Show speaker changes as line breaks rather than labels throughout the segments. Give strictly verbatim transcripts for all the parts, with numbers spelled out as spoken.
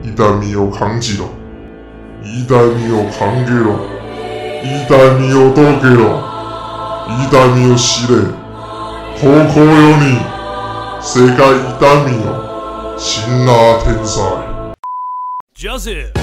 痛みを感じろ。痛みを感じろ。痛みを解けろ。痛みを知れ。高校よに世界痛みをシンナー天才。
ジャズ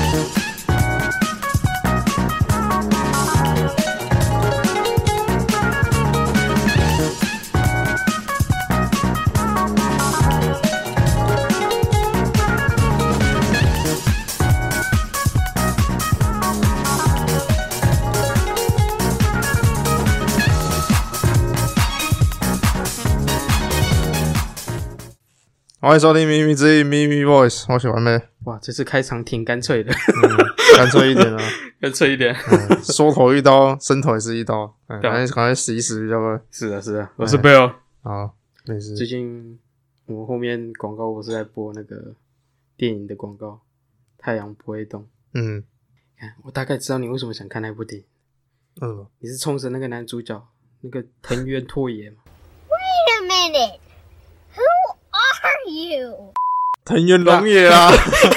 欢迎收听咪咪之音咪咪 Voice， 我喜欢妹。
哇，这次开场挺干脆的，
嗯，干脆一点啊，
干脆一点。
嗯，缩头一刀，伸头也是一刀，嗯，
对啊
赶快赶快死一死比较快。
是的，是的，我是 Bill。
好，没事。
最近我后面广告我是在播那个电影的广告，太阳不会动。
嗯，
看，我大概知道你为什么想看那部电影。
嗯，
你是冲着那个男主角那个藤原拓也吗？
Wait a minute. Who are you?
藤原龙也啊！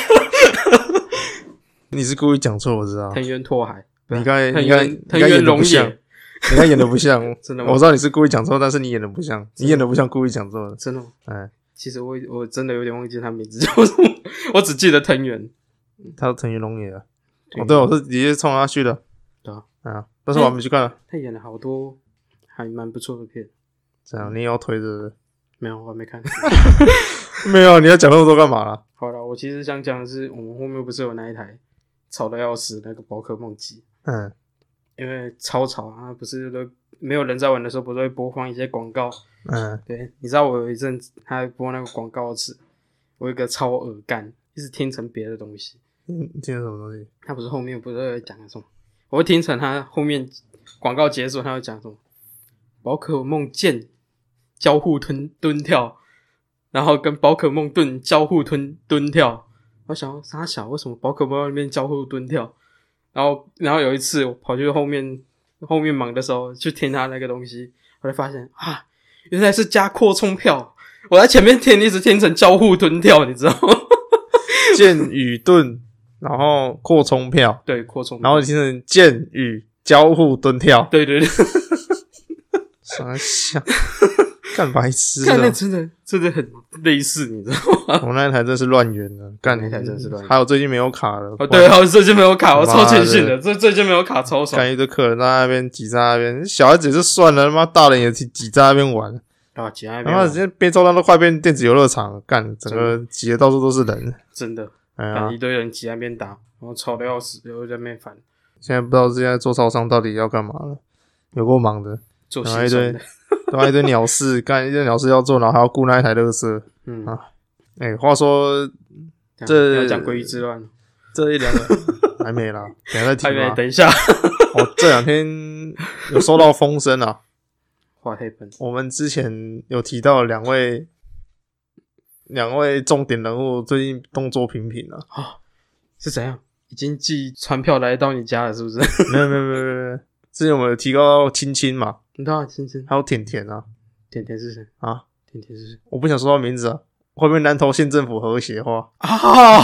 你是故意讲错，我知道。
藤原拓海，
你刚才
藤
你刚才
原藤原
你刚才演的不
龙
像，
也，
你刚演的不像，
真的吗
我知道你是故意讲错，但是你演的不像，你演的不像故意讲错的。
真的吗？
哎，
其实我我真的有点忘记他名字叫什么，我只记得藤原。
他是藤原龙也啊。哦，对，我是直接冲他去的。
对啊，
啊，但是我还没去看。
他演了好多还蛮不错的片。
这样你也要推着？
没有，我还没看。
没有，你要讲那么多干嘛啦？
好了，我其实想讲的是，我们后面不是有那一台吵得要死那个宝可梦机，
嗯
因为超吵啊，不是都没有人在玩的时候，不是会播放一些广告？
嗯，
对，你知道我有一阵子他播那个广告词，我有一个超耳干，一直听成别的东西。
嗯，听的什么东西？
他不是后面不是会讲什么？我会听成他后面广告结束，他会讲什么？宝可梦剑交互蹲蹲跳，然后跟宝可梦盾交互蹲蹲跳。我想说傻小，为什么宝可梦那边交互蹲跳？然后，然后有一次我跑去后面后面忙的时候去听他那个东西，我才发现啊，原来是加扩充票。我在前面听一直听成交互蹲跳，你知道吗？
剑与盾，然后扩充票，
对，扩充票，
然后听成剑与交互蹲跳，
对对对。
傻笑，干白痴
看那
啊！
真的真的很类似，你知道吗？
我那一台真是乱源的，干
那台真是乱源
还有最近没有卡了，
哦，对，好，最近没有卡，我超
妈的
庆幸的，这最近没有卡，超爽
干一堆客人在那边挤在那边，小孩子也就算了，他妈大人也挤在那边玩，
啊！挤在那
他妈
边
现在边周单都快变电子游乐场，干整个挤的到处都是人，
真的，
哎呀
干一堆人挤在那边打，然后吵得要死，然后在那边烦，
现在不知道现在做超商到底要干嘛了，有够忙的，
做
然后一堆
心酸的，
然后一堆鸟事，干一堆鸟事要做，然后还要顾那一台垃圾。
嗯，
啊哎、欸，话说
这
这
样要讲《归于之乱》，
这一两个还没啦，等一下再提
还没，
吧。
等一下，
我这两天有收到风声啊，
画黑本，
我们之前有提到两位两位重点人物最近动作频频啊，
是怎样？已经寄传票来到你家了，是不是？
没有没有没有没有没有，之前我们有提到青青嘛，
你知道亲亲
还有甜甜啊
甜甜是谁？
啊，
甜甜是谁？
我不想说他名字啊，会不会南投县政府和谐化？
啊！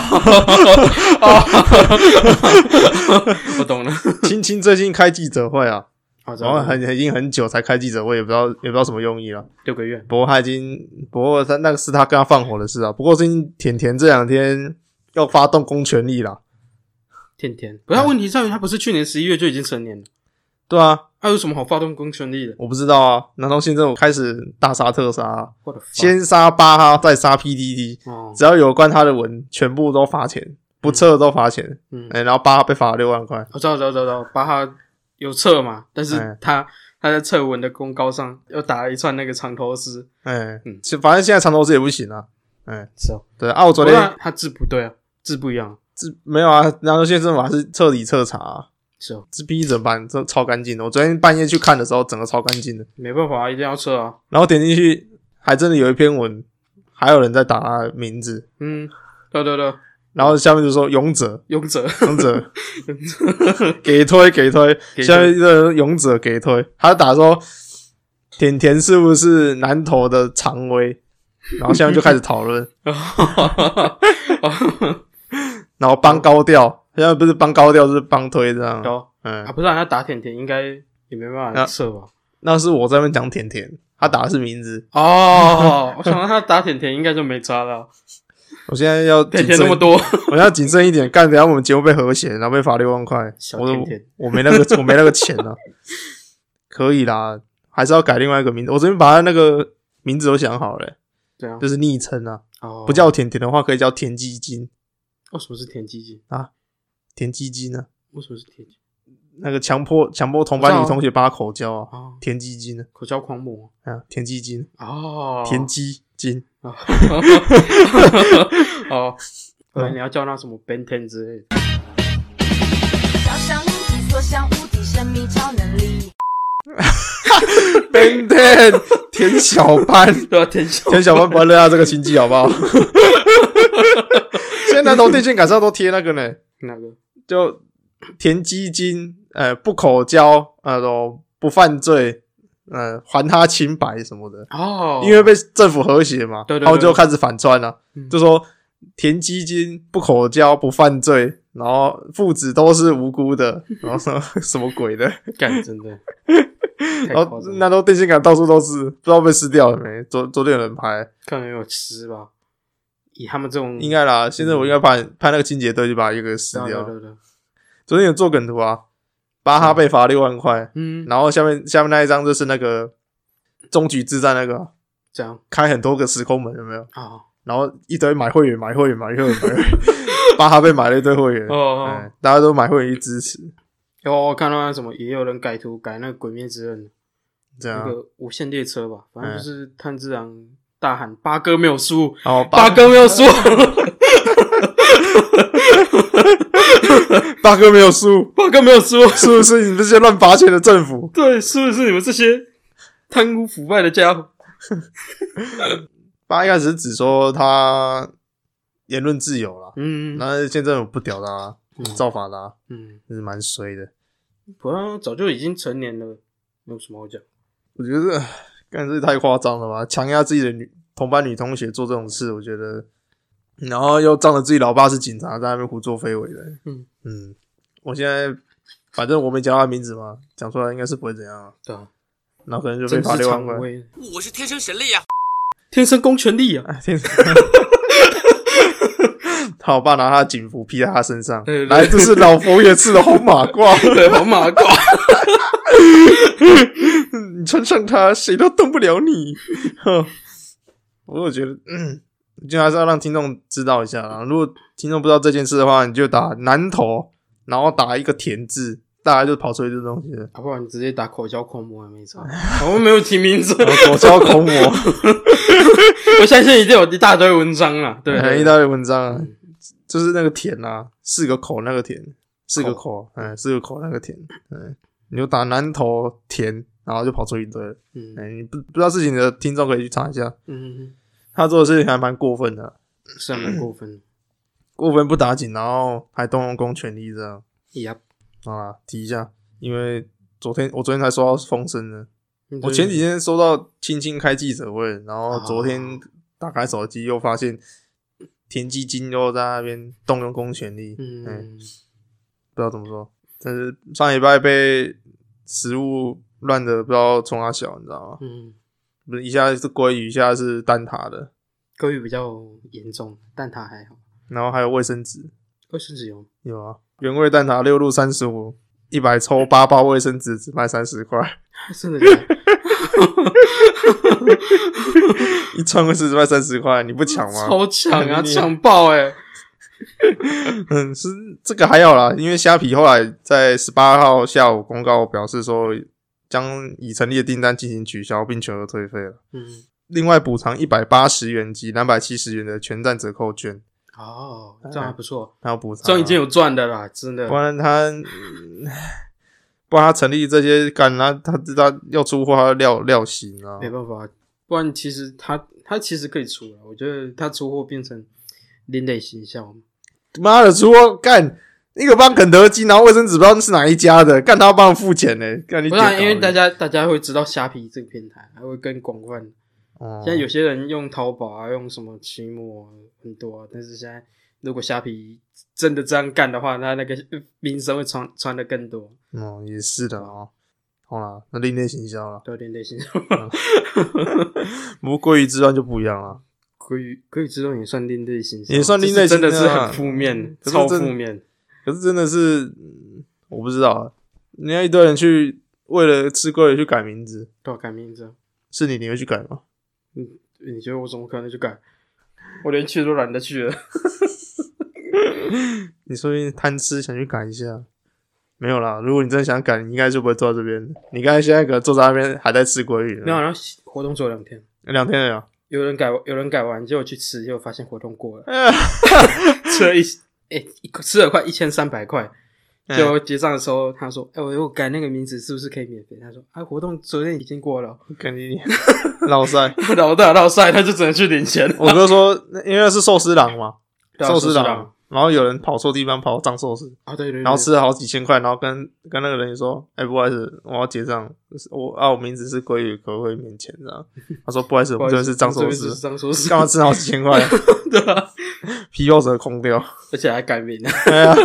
我懂了。
青青最近开记者会啊，
好，
然后很已经很久才开记者会，也不知道也不知道什么用意了。
六个月，
不过他已经，不过他那个是他跟他放火的事啊。不过最近甜甜这两天要发动公权力啦，
甜甜。不过问题在于，他不是去年十一月就已经成年了，
对啊，
他有什么好发动公权力的？
我不知道啊。南投县政府开始大杀特杀、啊，
我的
先杀巴哈，再杀 P T T，、
哦，
只要有关他的文，全部都罚钱，不撤都罚钱。
嗯，
哎、欸，然后巴哈被罚了六万块。
我知道，知道，知道，巴哈有撤嘛，但是
哎
他他在撤文的公告上又打了一串那个长头诗，
哎、欸，
嗯
其实反正现在长头诗也不行啊。哎、欸，
是哦。
对啊，我昨
不过
天
他他字不对啊，字不一样，
这没有啊，南投县政府还是彻底彻查、啊。
是哦，
这 P 整版这超干净的，我昨天半夜去看的时候，整个超干净的。
没办法啊，一定要撤啊。
然后点进去，还真的有一篇文，还有人在打他的名字，
嗯，对对对，
然后下面就说勇者，
勇者，
勇者给推给推，
给推
下面一个人勇者给推，他打说甜甜是不是南投的常威，然后下面就开始讨论， 然后帮高调，现在不是帮高调，就是帮推这样。
有
嗯
啊，不是啊，他打甜甜应该也没办法射吧？
那是我在那边讲甜甜，他打的是名字。
哦，我想到他打甜甜应该就没抓到。
我现在要
甜甜那么多，
我现在谨慎一点，干等一下我们节目被和谐，然后被罚六万块，
小
我
甜甜
我没那个我没那个钱啊。可以啦，还是要改另外一个名字。我这边把他那个名字都想好了、欸，
对啊，
就是昵称啊。
哦，
不叫甜甜的话，可以叫田鸡精
为什么是田鸡精？
啊，田鸡精呢？
为什么是田鸡？
那个强迫强迫同班女同学帮他口交啊，
哦，
田鸡精呢？
口交狂魔
啊，田鸡精，
哦，
田鸡精。
哦，哦，本来你要叫他什么 Ben Ten 之类的。
想象引体所向无敌神秘超能力。
Ben Ten 田小班，
对啊，田小
田小班不要热他这个心机好不好？现在南投电线杆上都贴那个呢，
那个
就田鸡精，呃，不口交，呃，都不犯罪，呃，还他清白什么的。
哦，
因为被政府和谐嘛，
对对对
然后就开始反串了、啊
嗯
就说田鸡精不口交不犯罪，然后父子都是无辜的，然后什么什么鬼的，
干真的，太
然后
夸张了，
那都电线杆到处都是，不知道被撕掉了没？昨昨天有人拍，
可能有吃吧。以他们这种
应该啦。现在我应该拍拍那个清洁队就把一个撕掉。
对对对对，
昨天有做梗图啊，巴哈被罚六万块，
嗯，
然后下面下面那一张就是那个终局之战那个
这样
开很多个时空门有没有？
啊，
然后一堆买会员买会员买会员买会员，巴哈被买了一堆会员，
哦哦
哎大家都买会员去支持，
有我看到那什么，也有人改图改那个《鬼灭之刃》
这样
那。个无限列车吧，反正就是炭治郎大喊八哥没有输，
哦，
八哥没有输，
八哥没有输，
八哥没有输，
是不是你们这些乱罚钱的政府？
对，是不是你们这些贪污腐败的家伙？
八一开始是指说他言论自由啦，
嗯
那县政府不屌他、啊，
嗯
造反他、啊，
嗯，
就是蛮衰的。
不然早就已经成年了，没有什么好讲。
我觉得干这太夸张了吧，强压自己的女同班女同学做这种事，我觉得，然后又仗着自己老爸是警察，在那边胡作非为的。
嗯
嗯，我现在反正我没讲他的名字嘛，讲出来应该是不会怎样啊，
对啊，
那可能就被
真是
罚六万块。
常威，
我是天生神力呀、
天生公权力啊！
哎，天他老爸拿他的警服披在他身上，
对对对
来，这是老佛爷赐的红马褂，
对，黄马褂，
你穿上它，谁都动不了你。哼，我觉得，嗯，就还是要让听众知道一下啦。如果听众不知道这件事的话，你就打南投，然后打一个田字，大概就跑出一堆东西了。
要不然你直接打口交狂魔也没差。我们没有提名字，
然后口交口魔，
我相信一定有一大堆文章啊。对，对
一大堆文章啊，
嗯
就是那个田啊，四个口那个田，四个口，嗯，四个口那个田，嗯，你就打南投田，然后就跑出一堆了。
嗯
哎、你不不知道事情的听众可以去查一下，
嗯，
他做的事情还蛮过分的，
是还蛮过分的。
过分不打紧，然后还动用公权力这样。
呀，
好啦，提一下，因为昨天我昨天才收到风声呢，
嗯
我前几天收到青青开记者会，然后
啊
昨天打开手机又发现田基金又在那边动用公权力，嗯，
嗯，
不知道怎么说，但是上礼拜被食物乱的不知道冲他小，你知道吗？
嗯，
不是一下是鲑鱼，一下是蛋挞的，
鲑鱼比较严重，蛋挞还好。
然后还有卫生纸，
卫生纸有
有啊，原味蛋挞六入三十五，一百抽八包卫生纸只卖三十块，
真的假的？
一串卫生纸卖三十块，你不抢吗？
超抢啊，
你
抢爆哎！
嗯，是这个还好啦，因为虾皮后来在十八号下午公告表示说，将已成立的订单进行取消，并全额退费了。
嗯，
另外补偿一百八十元及两百七十元的全站折扣券，
哦，这样还不错，
还有补偿、啊。
这样已经有赚的啦，真的
不。然他，嗯不然他成立这些干，他他知道要出货，他要料料行啊
没。办法，不然其实他他其实可以出了，我觉得他出货变成另类形象。
妈的，出货干一个帮肯德基，然后卫生纸不知道是哪一家的，干他要帮他付钱呢、欸，干你
不然，因为大
家、
家大家会知道虾皮这个平台，还会更广泛。
哦、
现在有些人用淘宝啊，用什么奇摩、啊、很多啊，但是现在如果虾皮真的这样干的话，那那个名声会传传的更多。
哦，也是的哦。好啦，那另类行销啦，
对，另类行销。
不过鲑鱼之乱就不一样了。
鲑鱼鲑鱼之乱也算另类行销，
也算另类行销啊
真的是很负面，超负面。
可是真的是，嗯我不知道啊。你要一堆人去为了吃鲑鱼去改名字，
对啊，改名字，
是你你会去改吗？
嗯，你觉得我怎么可能去改？我连去都懒得去了。
你说不定贪吃想去改一下，没有啦。如果你真的想改，你应该就不会坐在这边。你刚才现在可能坐在那边还在吃鲑鱼，
没有，然后活动做两天，
两天了呀。
有人改，有人改完，结果去吃，结果发现活动过了，吃了一诶、欸，吃了快一千三百块。就结账的时候，他说：“哎、欸，我我改那个名字是不是可以免费？”他说：“啊，活动昨天已经过了。”
肯定老塞，
老大老塞，他就只能去领钱。
我哥说，因为是寿司郎嘛，寿司
郎，
然后有人跑错地方，跑藏寿司
啊，对 对, 对，
然后吃了好几千块，然后跟跟那个人说：“哎、欸，不好意思，我要结账，我啊，我名字是鲑鱼，可不可以免钱？”这样，他说：“不好意思，我们这边是藏寿司，
藏寿司，
干嘛吃好几千块？
对啊，
皮肉蛇空掉，
而且还改名。”
对啊。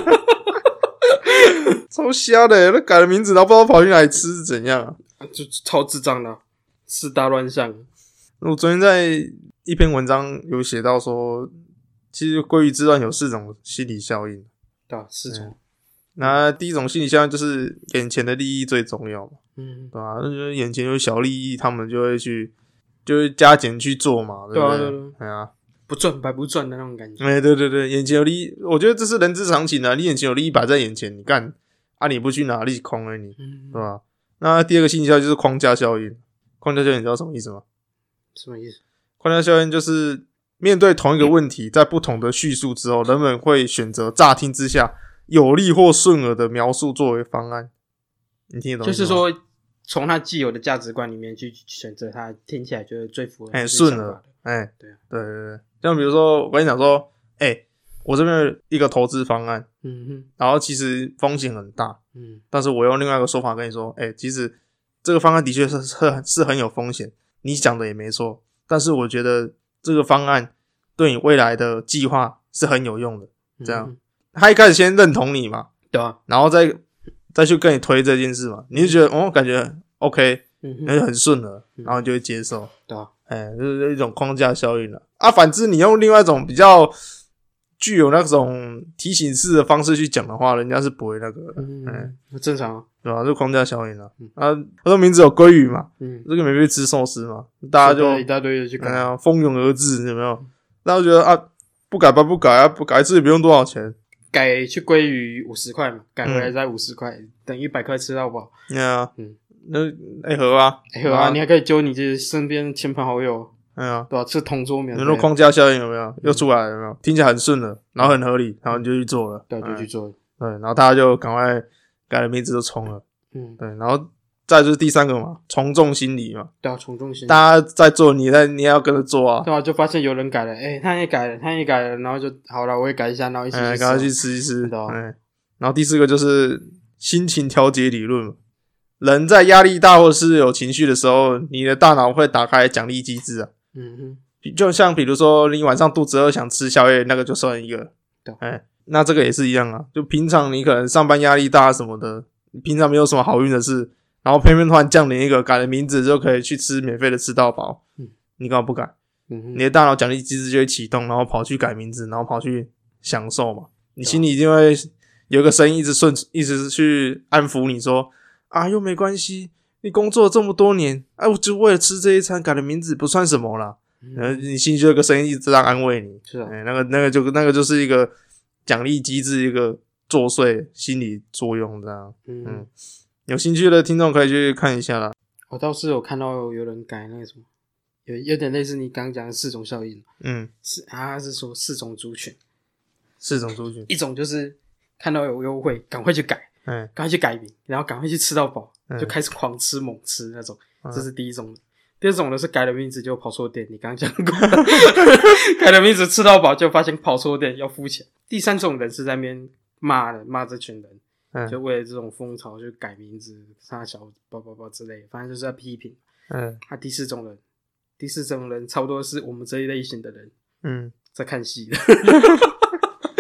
超瞎的，那改了名字，然后不知道跑去哪里吃是怎样啊？
就超智障的、啊，吃大乱象。
我昨天在一篇文章有写到说，其实鲑鱼之乱有四种心理效应。
对啊，四种。
那第一种心理效应就是眼前的利益最重要嘛，
嗯，
对吧？那就是眼前有小利益，他们就会去，就会加减去做嘛，对不对？
对啊，对对。
哎呀，
不赚白不赚的那种感觉。
哎，对对对，眼前有利益，我觉得这是人之常情啊。你眼前有利益摆在眼前，你干。啊，你不去哪里空了你，
嗯，
对吧？那第二个心理效应就是框架效应。框架效应你知道什么意思吗？
什么意思？
框架效应就是面对同一个问题，在不同的叙述之后，人们会选择乍听之下有利或顺耳的描述作为方案。你听得懂？
就是说，从他既有的价值观里面去选择他听起来觉得最符合
哎顺耳，哎，
对啊，
对对对。像比如说，我跟你讲说，哎、欸，我这边有一个投资方案。
嗯哼，
然后其实风险很大，
嗯，
但是我用另外一个说法跟你说，哎、欸，其实这个方案的确是是是很有风险，你讲的也没错，但是我觉得这个方案对你未来的计划是很有用的，这样，嗯、他一开始先认同你嘛，
对啊，
然后再再去跟你推这件事嘛，你就觉得哦，感觉 OK， 那就很顺了，然后你就会接受，
对啊，
哎、欸，就是一种框架效应了啊。反之，你用另外一种比较具有那种提醒式的方式去讲的话，人家是不会那个的，嗯，
欸、正常啊，
对吧？就框架效应啊。嗯、啊，他说名字有鲑鱼嘛，
嗯，
这个免费吃寿司嘛，大家就
一大堆的去改，
哎呀，蜂拥而至，有没有？大家觉得啊，不改吧，不改啊，不改一次也不用多少钱，
改去鲑鱼五十块嘛，改回来再五十块，嗯、等于一百块吃到饱。
对啊，
嗯，
那哎合啊，
哎合啊，你还可以揪你这身边亲朋好友。
哎呀，
对吧、啊？吃同桌免费。
你说框架效应有没有？嗯、又出来了有没有？听起来很顺了，然后很合理，然后你就去做了。
对，就去做了。
对，然后大家就赶快改了名字就冲了。
嗯，
对，然后再就是第三个嘛，从众心理嘛。
对啊，从众心理。
大家在做，你在你也要跟着做啊。
对啊，就发现有人改了，哎、欸，他也改了，他也改了，然后就好了，我也改一下，然后一起去吃。
哎，赶快去吃一吃。
对啊。
哎，然后第四个就是心情调节理论嘛。人在压力大或是有情绪的时候，你的大脑会打开奖励机制啊。
嗯哼。
就像比如说你晚上肚子饿想吃宵夜，那个就算一个。
对，
哎，那这个也是一样啊。就平常你可能上班压力大什么的，你平常没有什么好运的事，然后偏偏突然降临一个改了名字就可以去吃免费的吃到饱，嗯，你干嘛不改？嗯哼，你的大脑奖励机制就会启动，然后跑去改名字，然后跑去享受嘛。你心里一定会有一个声音一直顺，一直去安抚你说啊，又没关系，你工作了这么多年，哎、啊，我就为了吃这一餐改了名字不算什么啦。然后你心里就有个声音一直这样安慰你，
是啊，
欸、那个那个就那个就是一个奖励机制，一个作祟心理作用这样。嗯, 嗯，有兴趣的听众可以去看一下啦。
我倒是有看到有人改那个什么，有有点类似你刚刚讲的四种效应。嗯，是他是说四种族群，
四种族群，
一种就是看到有优惠，赶快去改，嗯，赶快去改名，然后赶快去吃到饱，嗯、就开始狂吃猛吃那种，嗯、这是第一种的。第二种呢是改了名字就跑错店，你刚刚讲过的改了名字吃到饱就发现跑错店要付钱。第三种人是在那边骂的，骂这群人，嗯、就为了这种风潮就改名字、杀小包包包之类的，反正就是在批评。嗯，他、啊、第四种人，第四种人差不多是我们这一类型的人，嗯，在看戏的。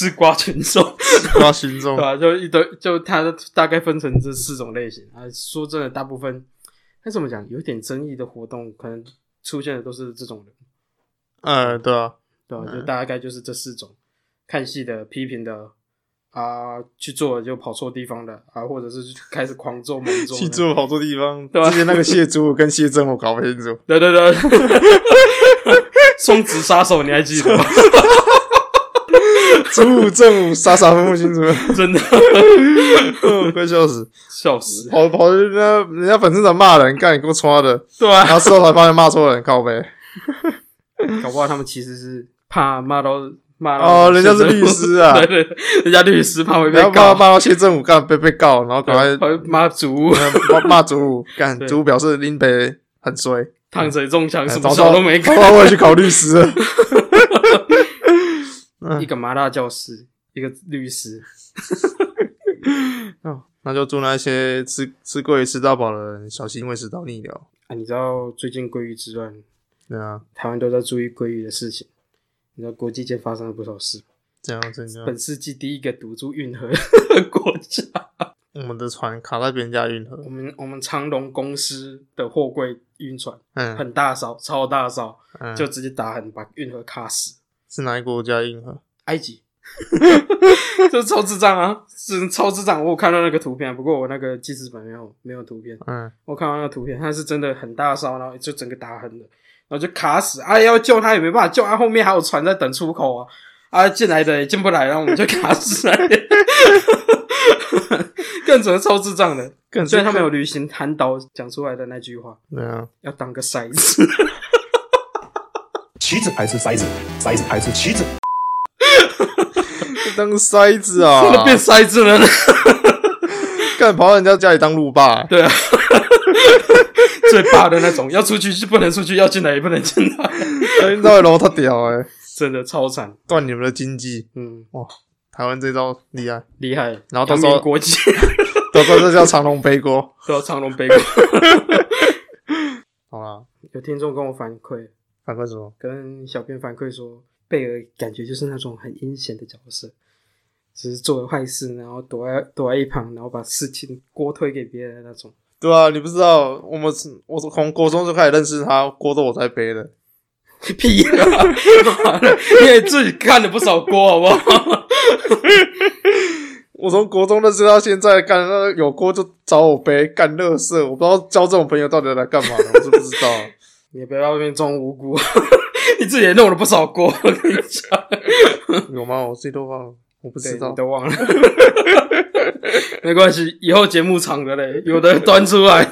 吃瓜群众，
吃瓜群众
对吧、啊？就一堆，就它大概分成这四种类型啊。说真的，大部分该怎么讲，有点争议的活动，可能出现的都是这种人，
呃，对啊，
对吧、啊？
嗯
就大概就是这四种：看戏的、批评的啊，去做了就跑错地方的啊，或者是开始狂做猛做的，
去做好多地方，
对啊
之前那个谢祖武跟谢振武搞不清楚，
对对对，双子杀手你还记得吗？
祖武正武傻傻分不清楚，
真的
嗯快笑死，
笑死，
跑跑去人家人家粉丝团骂人，干你给我穿的，
对啊
然，后事后才发现骂错人，靠背。
搞不好他们其实是怕骂到骂到
哦，人家是律师啊，
对对，人家律师怕会被
然后骂
告，
骂到谢振武干被被告，然后赶快
会骂主
骂骂祖武，干
对
祖武表示林北很衰，
烫水中枪，什么
早知道
手都没干。
早知道我也去考律师了。嗯
一个麻辣教师，一个律师，
哦，那就祝那些吃吃鲑鱼吃到饱的人小心胃食道逆流。
啊，你知道最近鲑鱼之乱，
对啊，
台湾都在注意鲑鱼的事情。你知道国际间发生了不少事，
这样这样，
本世纪第一个堵住运河的国家。
我们的船卡在别人家运河
我，们我们长隆公司的货柜运船
嗯
很大艘，超大艘，
嗯，
就直接打横把运河卡死。
是哪一个国家运河？
埃及，这超智障啊！是超智障！我有看到那个图片，不过我那个记事本没有没有图片。
嗯，
我看到那个图片，它是真的很大艘，然后就整个打横的，然后就卡死。啊，要救他也没办法救，啊，后面还有船在等出口啊，啊，进来的也进不来，然后我们就卡死了。更整个超智障的，
更
所以他们有履行韩导讲出来的那句话，
对啊，
要当个筛子。
棋子还是筛子，筛子还是棋子。
当筛子啊，
真的变筛子了呢。
干跑到人家家里当路霸、欸，
对啊，最怕的那种，要出去就不能出去，要进来也不能进来，
你到底楼他屌哎、欸，
真的超惨。
断你们的经济，
嗯，
台湾这招厉害，
厉害。
然后到时候
扬名国际，
到时候这叫长隆背锅。
都要长隆背锅。
好啦，
有听众跟我反馈，
反馈什么？
跟小编反馈说，贝尔感觉就是那种很阴险的角色，只是做了坏事，然后躲在躲在一旁，然后把事情锅推给别人的那种。
对啊，你不知道，我们我从国中就开始认识他，锅都我在背的。
屁啊！妈的你也自己看了不少锅，好不好？
我从国中认识到现在，干那有锅就找我背，干垃圾。我不知道交这种朋友到底来干嘛的，我是不知道。
你也不要在外面装无辜，你自己也弄了不少锅，我跟你讲。
有吗？我自己都忘了，我不知道
对你。都忘了。没关系，以后节目长的嘞，有的端出来。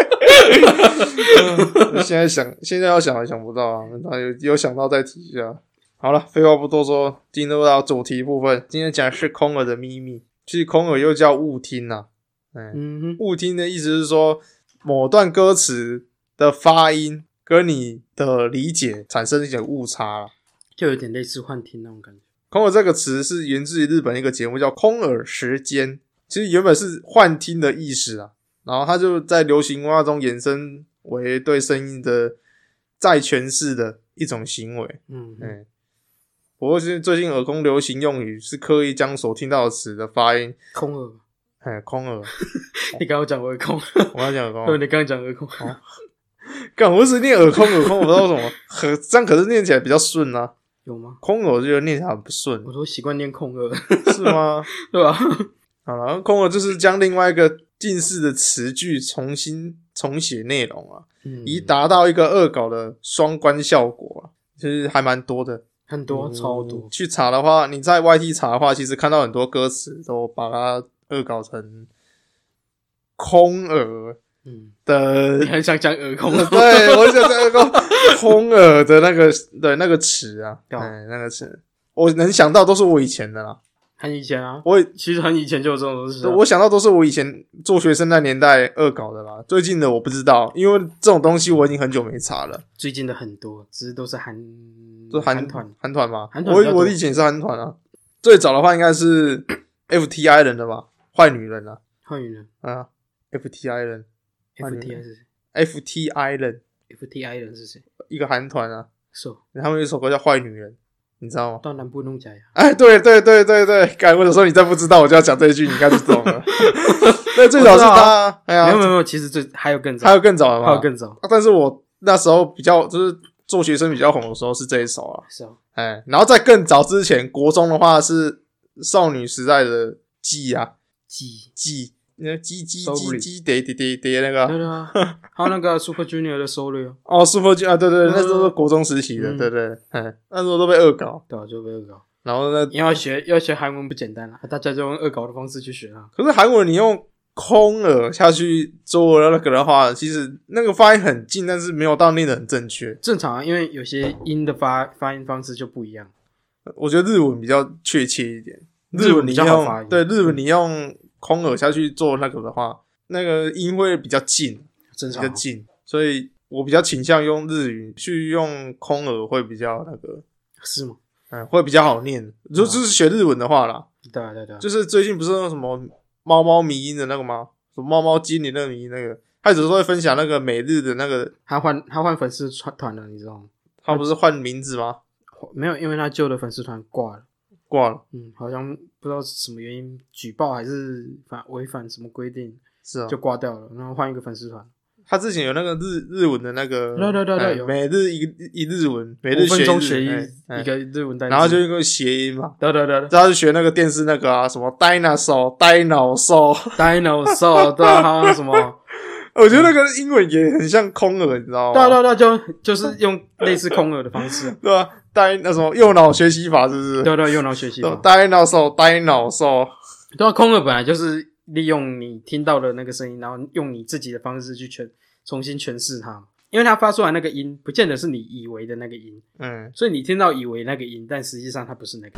现在想，现在要想还想不到啊，有有想到再提一下。好了，废话不多说，进入到主题部分。今天讲的是空耳的秘密。其实空耳又叫误听呐、啊，
嗯哼，
误听的意思是说，某段歌词的发音跟你的理解产生一点误差啦。
就有点类似幻听那种感觉。
空耳这个词是源自于日本一个节目叫空耳时间，其实原本是幻听的意思啊，然后它就在流行文化中衍生为对声音的再诠释的一种行为。
嗯，
嗯，不过是最近耳空流行用语是刻意将所听到的词的发音，
空耳，
哎，空耳，
你刚刚讲耳空，
我要讲耳
对，
空，
你刚刚讲耳空，
干，我是念耳空耳空，我不知道为什么，可这样可是念起来比较顺啊，
有吗？
空耳我觉得念起来很不顺
我，都习惯念空耳，
是吗？
对吧？
好了，空耳就是将另外一个近似的词句重新重写内容啊，
嗯，
以达到一个恶搞的双关效果啊，其实还蛮多的。
很多，超多。
去查的话，你在 Y T 查的话，其实看到很多歌词都把它恶搞成空耳
嗯，
的
你，很想讲耳空，
对，我想这个空耳的那个对那个词啊，
对
哎，那个词，我能想到都是我以前的啦。
很以前啊，
我
其实很以前就有这种东西啊。
我想到都是我以前做学生那年代恶搞的啦，最近的我不知道，因为这种东西我已经很久没查了。
最近的很多，只是都是韩
就韩
韩团，
韩团嘛，
韩团比较多
我我以前也是韩团啊。最早的话应该是 F T I 人的吧，坏女人啊，
汉语呢
啊 F T I 人
？F T I 是谁
，F T I 人
？F T I 人是谁？
一个韩团啊，
是哦，
他们有一首歌叫《坏女人》， 你知道吗？
到南部弄假牙。
哎，对对对对对，干或者说你再不知道，我就要讲这一句，你应该就懂了。对，最早是他，哎呀，
没有没有没有，其实最还有更早，
还有更早的吗？
还有更早，
啊但是我那时候比较就是做学生比较红的时候是这一首啊，
是啊，
哎，然后在更早之前，国中的话是少女时代的记啊
记
记，那记记
Sorry
记记得得得得那个
对啊，还有那个 Super Junior 的 Solo，
哦，Super Junior 啊，对对，
嗯
那时候是国中时期的，
嗯
对对，哎，那时候都被恶搞，
对啊，就被恶搞。
然后呢，
因为要学要学韩文不简单啊，大家就用恶搞的方式去学啊。
可是韩文你用空耳下去做那个的话，其实那个发音很近，但是没有到念得很正确。
正常啊，因为有些音的发发音方式就不一样。
我觉得日文比较确切一点，
日文比
你
较好发音
用对日文你用空耳下去做那个的话，那个音会比较近，
正常啊
比较近，所以我比较倾向用日语去用空耳会比较那个，
是吗？
嗯，会比较好念。就就是学日文的话啦，
对啊对啊对啊，
就是最近不是有什么猫猫迷音的那个吗？什么猫猫精灵那个迷音那个，他有时候会分享那个每日的那个，
他换他换粉丝团了，你知道吗？
他不是换名字吗？
没有，因为他旧的粉丝团挂了。
挂了，
嗯，好像不知道是什么原因，举报还是反违反什么规定，
是啊，
就挂掉了，然后换一个粉丝团。
他之前有那个日日文的那个，
对对对对
哎
有
每日一一日文，每日
五分
学日
钟学一
哎哎
一个日文单词，
然后就一个谐音嘛，
对对对对
他就学那个电视那个啊，什么 dinosaur dinosaur，
，dinosaur 对啊，还有什么？
我觉得那个英文也很像空耳，你知道吗？
对啊对啊对啊，就就是用类似空耳的方式，
对吧？呆那什么右脑学习法是不是？
对啊对啊，用脑学习法。
dinosaur dinosaur，
对啊，空耳本来就是利用你听到的那个声音，然后用你自己的方式去诠重新诠释它，因为它发出来那个音，不见得是你以为的那个音，
嗯，
所以你听到以为那个音，但实际上它不是那个。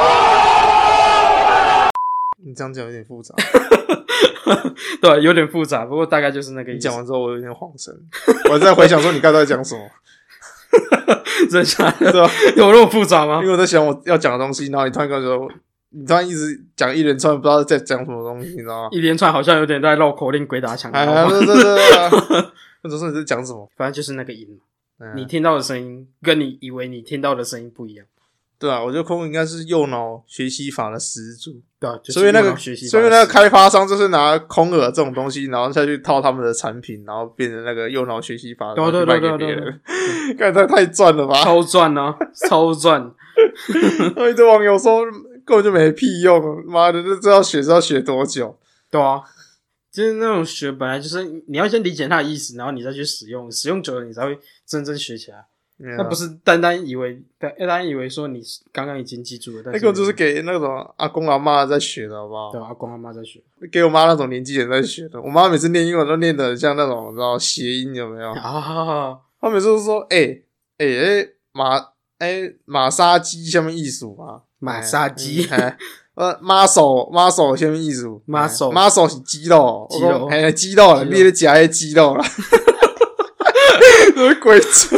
你这样讲有点复杂。
对，有点复杂，不过大概就是那个意思。
你讲完之后，我有点恍神，我在回想说你刚才在讲什么，
真的假的？
对吧？
有那么复杂吗
因？为我在想我要讲的东西，然后你突然跟我说，你突然一直讲一连串，不知道在讲什么东西，你知道吗？
一连串好像有点在绕口令、鬼打墙。
哎呀，对对对对，或者说你在讲什么？
反正就是那个音嘛，
嗯
你听到的声音跟你以为你听到的声音不一样。
对啊，我觉得空应该是右脑学习法的始祖，
对啊，就是
所以那个
用脑学习法
所以那个开发商就是拿空耳这种东西，然后下去套他们的产品，然后变成那个右脑学习法，
对啊对
然后去卖
对对对
给别人。看太太赚了吧！
超赚啊，超赚！
一堆网友说根本就没屁用，妈的，这这要学是要学多久？
对啊，就是那种学本来就是你要先理解它的意思，然后你再去使用，使用久了你才会真正学起来。那不是单单以为单单以为说你刚刚已经记住了，但是
那个就是给那种阿公阿妈在学的，好不好？
对啊，阿公阿妈在学
给我妈那种年纪人在学的。我妈每次念英文都念得很像那种，你知道谐音有没有？
啊，
她每次都说：“哎、欸、哎、欸欸、马哎、欸、马杀鸡下面艺术嘛，
马杀鸡
哎、嗯，呃马手马手下面艺术，
马手
马手是鸡肉，
鸡肉
哎鸡肉了，你咧夹迄鸡肉啦，什么鬼扯？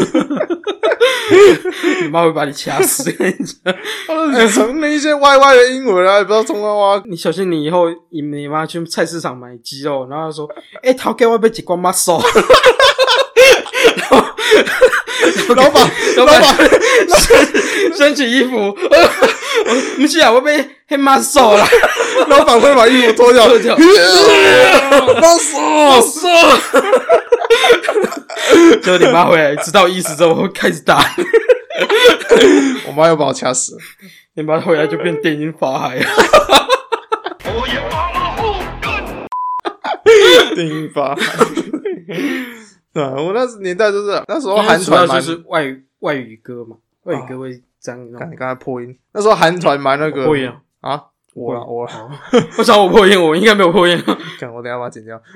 你妈会把你掐死！跟你讲，
他就成了一些歪歪的英文啊，也不知道从哪挖。
你小心你以后你你妈去菜市场买鸡肉，然后她说：“哎、欸，头给我买一罐马手。”
老板，
老板掀掀起衣服，呃，不是啊，我被黑马手了。
老板会把衣服脱掉，
脱掉
马手，
马手。结果你妈回来知道意思之后，会开始打。
我妈又把我掐死了。
你妈回来就变电音法海了。
电音发，对啊，我那年代就是那时候韩
主要
团蛮，
就是外语外语歌嘛，外语歌会这样那种
看你刚才破音，那时候韩团蛮那个
破音啊。
啊，我啦我啦，
哦为啥我破音？我应该没有破音啊。
看我等一下把它剪掉。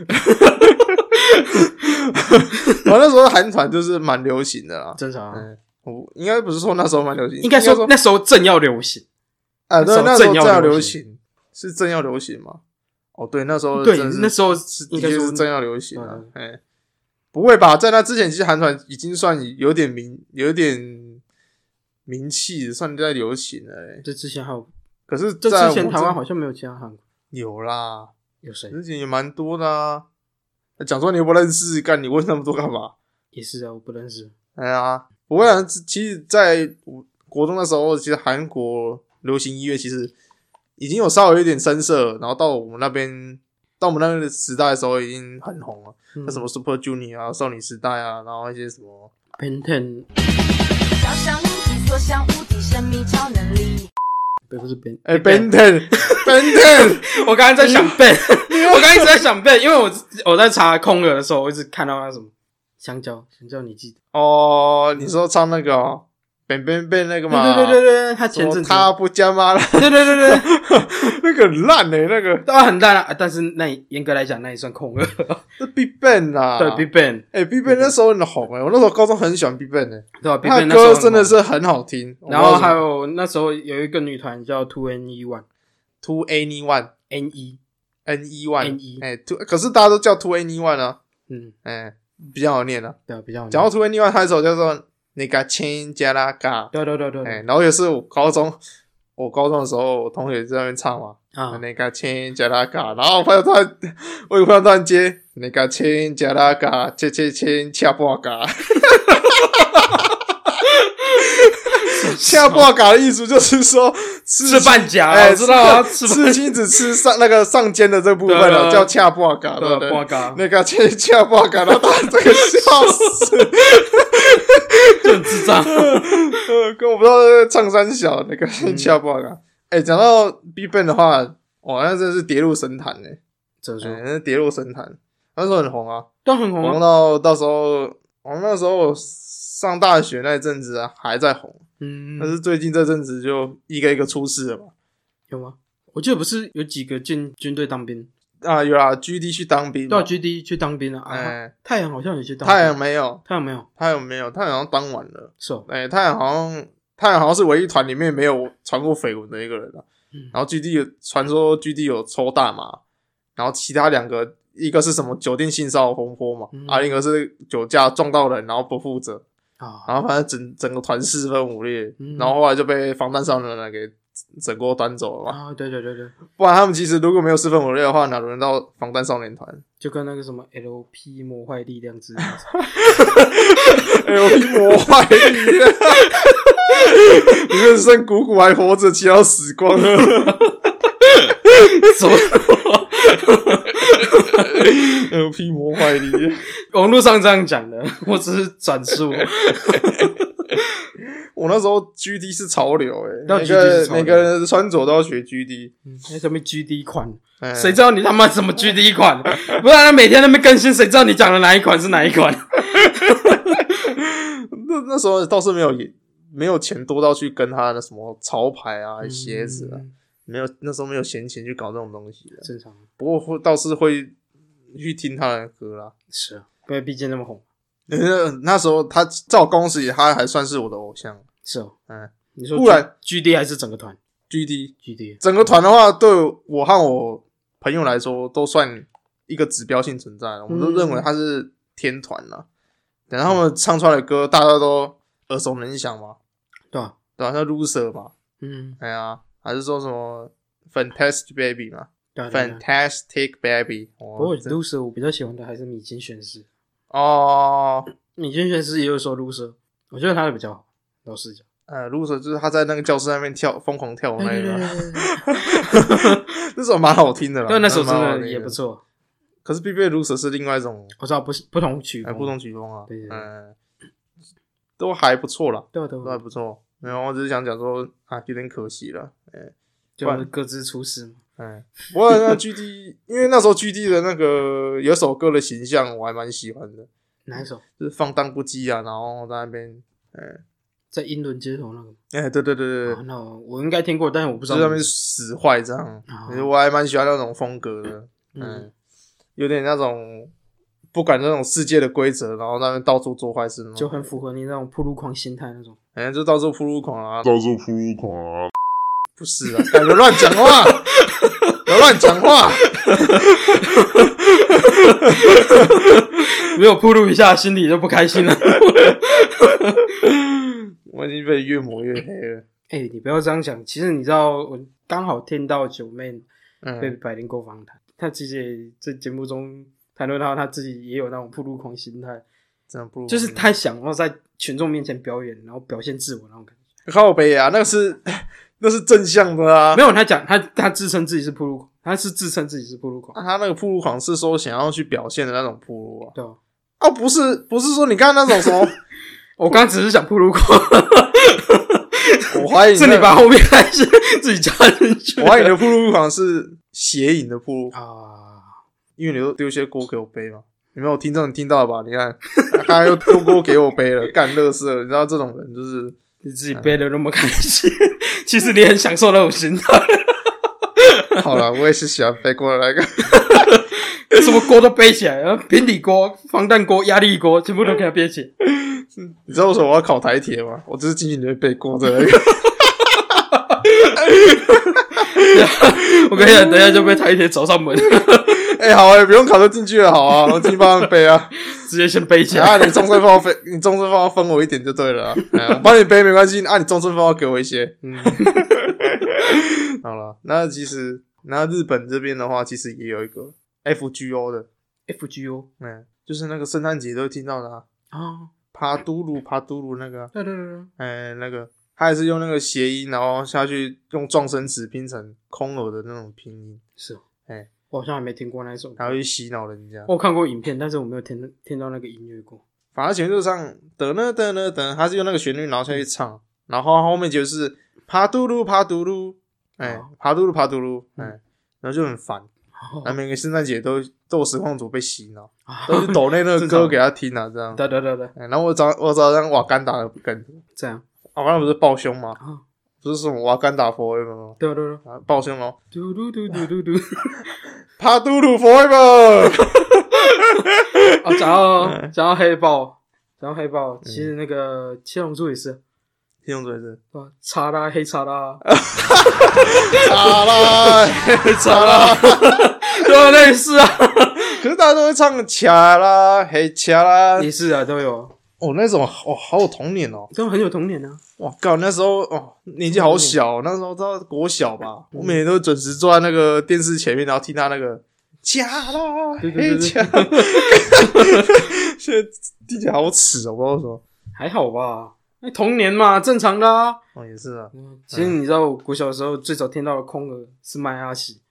我那时候韩团就是蛮流行的啦，
正常啊，
嗯，我应该不是说那时候蛮流行，
应该说那时候正要流行。
啊，对，那
那时候正要
时候正要流
流行
行，是正要流行吗？哦，对，那时候
对
真的是
那时候
是
应该说
的确是正要流行啊
嗯，
哎，不会吧？在那之前，其实韩团已经算有点名，有点名气，算在流行了、欸。
这之前还有，
可是
这
在我
之前台湾好像没有其他韩国，
有啦，
有谁？
之前也蛮多的啊。讲说你又不认识，干你问那么多干嘛？
也是啊，我不认识。
哎呀，不会啊。其实在我国中的时候，其实韩国流行音乐其实已经有稍微有一点声色，然后到我们那边，到我们那个时代的时候已经很红了，那、嗯、什么 Super Junior 啊、少女时代啊，然后一些什么
Ben Ten，
想象无敌，所向无敌，神秘超能力。
不是 Ben，
哎、欸、Ben Ten，Ben Ten，
我刚才在想 Ben， 我刚才一直在想 Ben， 因为我我在查空耳的时候，我一直看到那什么香蕉，香蕉你记得？
哦，你说唱那个、哦。Ben Ben Ben 那个嘛，
对对对对，他前阵子
他不加吗啦？
对对对对，
那个很烂诶、欸，那个
当然很烂啊，但是那严格来讲，那也算空耳。
这 Big Bang 啦，
对 Big Bang，
哎、欸、，Big Bang 那时候很红诶、欸，我那时候高中很喜欢 Big Bang 诶、欸，
对吧 ？Big
他
Bang
的歌真的是很好听。
然后还有那时候有一个女团叫 Two N E One，Two
N E One
N E
N E One
N E，
哎 ，Two 可是大家都叫 Two N E One 啊，
嗯，
哎、欸，比较好念啊，
对，比较好念。
讲到 Two N E One， 他有一首叫做。那个亲加拉嘎，
对对对对，
哎、欸，然后也是我高中，我高中的时候，我同学在那边唱嘛，
啊，
那个亲加拉嘎，然后我朋友突然，我有朋友突然接那个亲加拉嘎，切切亲恰布嘎，恰布嘎的意思就是说
吃半甲，
哎、欸，
知道啊，
吃吃亲只吃上那个上肩的这部分了，叫恰布嘎，对不对？那个亲恰布嘎，然后他这个笑死。
就很智障，
跟我不知道唱三小那个恰不好看。哎，讲到 BigBang 的话，哇，那真的是跌入神坛哎，
怎么说？
那跌入神坛，那时候很红啊，
都很红啊。
红到到时候，我那时候上大学那一阵子啊，还在红。嗯，但是最近这阵子就一个一个出事了嘛。
有吗？我记得不是有几个进军队当兵。
啊，有啦 ，G D 去当兵，
对啊 ，G D 去当兵了。哎、欸，太阳好像也去当兵。
太阳没有，
太阳没有，
太阳没有，太阳好像当完了。
是哦，
哎、欸，太阳好像，太阳好像是唯一团里面没有传过绯闻的一个人啊。嗯、然后 G D 有传说 G D 有抽大麻，然后其他两个，一个是什么酒店性骚扰风波嘛，嗯、啊，另一个是酒驾撞到人，然后不负责。啊，然后反正整整个团四分五裂，嗯、然后后来就被防弹少年团给整锅端走了嘛。啊，
对对对对，
不然他们其实如果没有四分五裂的话，哪轮到防弹少年团？
就跟那个什么 L P 魔坏力量之
，L P 魔坏力量，你们剩谷谷还活着，其他死光了。
什么
？L P 魔坏力量，
网络上这样讲的，我只是转述。
我那时候 G D 是潮流诶、欸，每个每个人穿着都要学 G D，
嗯，那什么 G D 款，谁、欸、知道你他妈什么 G D 款？不然他每天在那边更新，谁知道你讲的哪一款是哪一款？
那那时候倒是没有没有钱多到去跟他的什么潮牌啊、鞋子啊，嗯、没有那时候没有闲钱去搞这种东西的，
正常。
不过会倒是会去听他的歌啦，
是啊，因为毕竟那么红。
那时候他在我公司里，他还算是我的偶像。
是哦，
嗯，
你说不然 G D 还是整个团
？G D
G D
整个团的话，对我和我朋友来说都算一个指标性存在，我们都认为他是天团啦。等他们唱出来的歌，大家都耳熟能详嘛，
对啊，
对啊，像 Loser 嘛，
嗯，
哎呀，还是说什么 Fantastic Baby 嘛，
对对对
，Fantastic Baby。
不过 Loser 我比较喜欢的还是米津玄师。
哦，
米津玄师也有说 Loser， 我觉得他的比较好。老实讲，
呃 ，Loser 就是他在那个教室那边跳疯狂跳舞那一个，那首蛮好听的啦。
对，那首真的也不错。
可是 BigBang Loser 是另外一种，
我知道不不同曲风，
不同曲风啊，
对对对，
嗯，都还不错啦，
对都
都还不错。没有，我只是想讲说啊，有点可惜了，哎，
就各自出事嘛。
哎，不过那 G D， 因为那时候 G D 的那个有首歌的形象我还蛮喜欢的。
哪一首？
就是放荡不羁啊，然后在那边，哎。
在英伦街头那个，
哎、欸，对对对对，
啊、那我应该听过，但是我不知道。
在那边使坏这样，啊、我还蛮喜欢那种风格的，嗯，嗯有点那种不管那种世界的规则，然后那边到处做坏事，
就很符合你那种铺路狂心态那种。
哎、欸，就到处铺路狂啊，
到处铺路狂啊，
不是啊，感觉乱讲话，不要乱讲话，
没有铺路一下，心里就不开心了。
我已经被越抹越黑了。
哎、欸，你不要这样讲。其实你知道，我刚好听到九妹被百灵果访谈，他其实也在节目中谈论到他自己也有那种暴露狂心态，
真的不
就是他想要在群众面前表演，然后表现自我那种感觉。
靠北啊，那个是那是正向的啊。
没有，他讲他他自称自己是铺路狂，他是自称自己是铺路狂。
他那个铺路狂是说想要去表现的那种铺路啊。
对啊，
哦，不是不是说你看那种什么，
我刚刚只是讲铺路狂，
我怀疑
是你把后面那些自己加进去。
我怀疑你的铺路狂是邪淫的铺路
啊，
因为你都丢些锅给我背嘛。有没有听众你听到了吧？你看，他又丢锅给我背了，干乐色了。你知道这种人就是
你自己背得那么开心，其实你很享受那种心态。
好了，我也是喜欢背锅的那个，
什么锅都背起来，然后平底锅、防弹锅、压力锅，全部都给它背起来。
你知道为什么我要考台铁吗？我就是进去你会背锅的那个。
我跟你讲，等一下就被台铁找上门。
哎、欸，好啊，不用考就进去了，好啊，我进去帮他们背啊，
直接先背起来。
啊，你终身帮我分，你终身帮我分我一点就对了啊。哎、我帮你背没关系，啊，你终身帮我给我一些。嗯，好了，那其实那日本这边的话，其实也有一个 F G O 的
F G O，
嗯，就是那个圣诞节都会听到的啊，
啊，
帕嘟噜帕嘟噜那个、啊，
对对对对，
哎、欸，那个他也是用那个谐音，然后下去用撞声词拼成空耳的那种拼音，
是，
哎、欸，
我好像还没听过那一首歌，
然后去洗脑人家。
我看过影片，但是我没有听听到那个音乐过。
反正前面就是唱得呢得呢得，他是用那个旋律然后下去唱，然后后面就是帕嘟噜帕嘟噜，哎，帕嘟噜帕嘟噜，哎，然后就很烦。那、哦、每个圣诞节都都有实况组被洗脑，都是抖内那个歌给他听啊，这样。
对对对对。
欸、然后我找我找让瓦干达的不跟
这样，
瓦干达不是抱胸吗？
啊，
不是什么瓦干达 forever 吗？
对对对，
啊，抱胸咯。
嘟嘟嘟嘟嘟嘟，
帕嘟噜 forever。
哦，讲到讲到黑豹，讲到黑豹，其实那个七龙珠也是。
七龙珠也是，
啊，叉啦黑叉啦，
叉啦黑叉啦，
对，类似啊。
可是大家都会唱恰啦黑恰啦，
也是啊，都有。
哦，那种哦，好有童年哦，
都很有童年啊。
哇靠，那时候哦，年纪好小、哦，那时候到国小吧，嗯、我每天都准时坐在那个电视前面，然后听他那个恰啦黑恰。现在听起来好耻哦，不知道为什么。
还好吧。那童年嘛，正常的啊。
哦，也是啊。
嗯、其实你知道，我国小的时候最早听到的空耳是麦阿喜。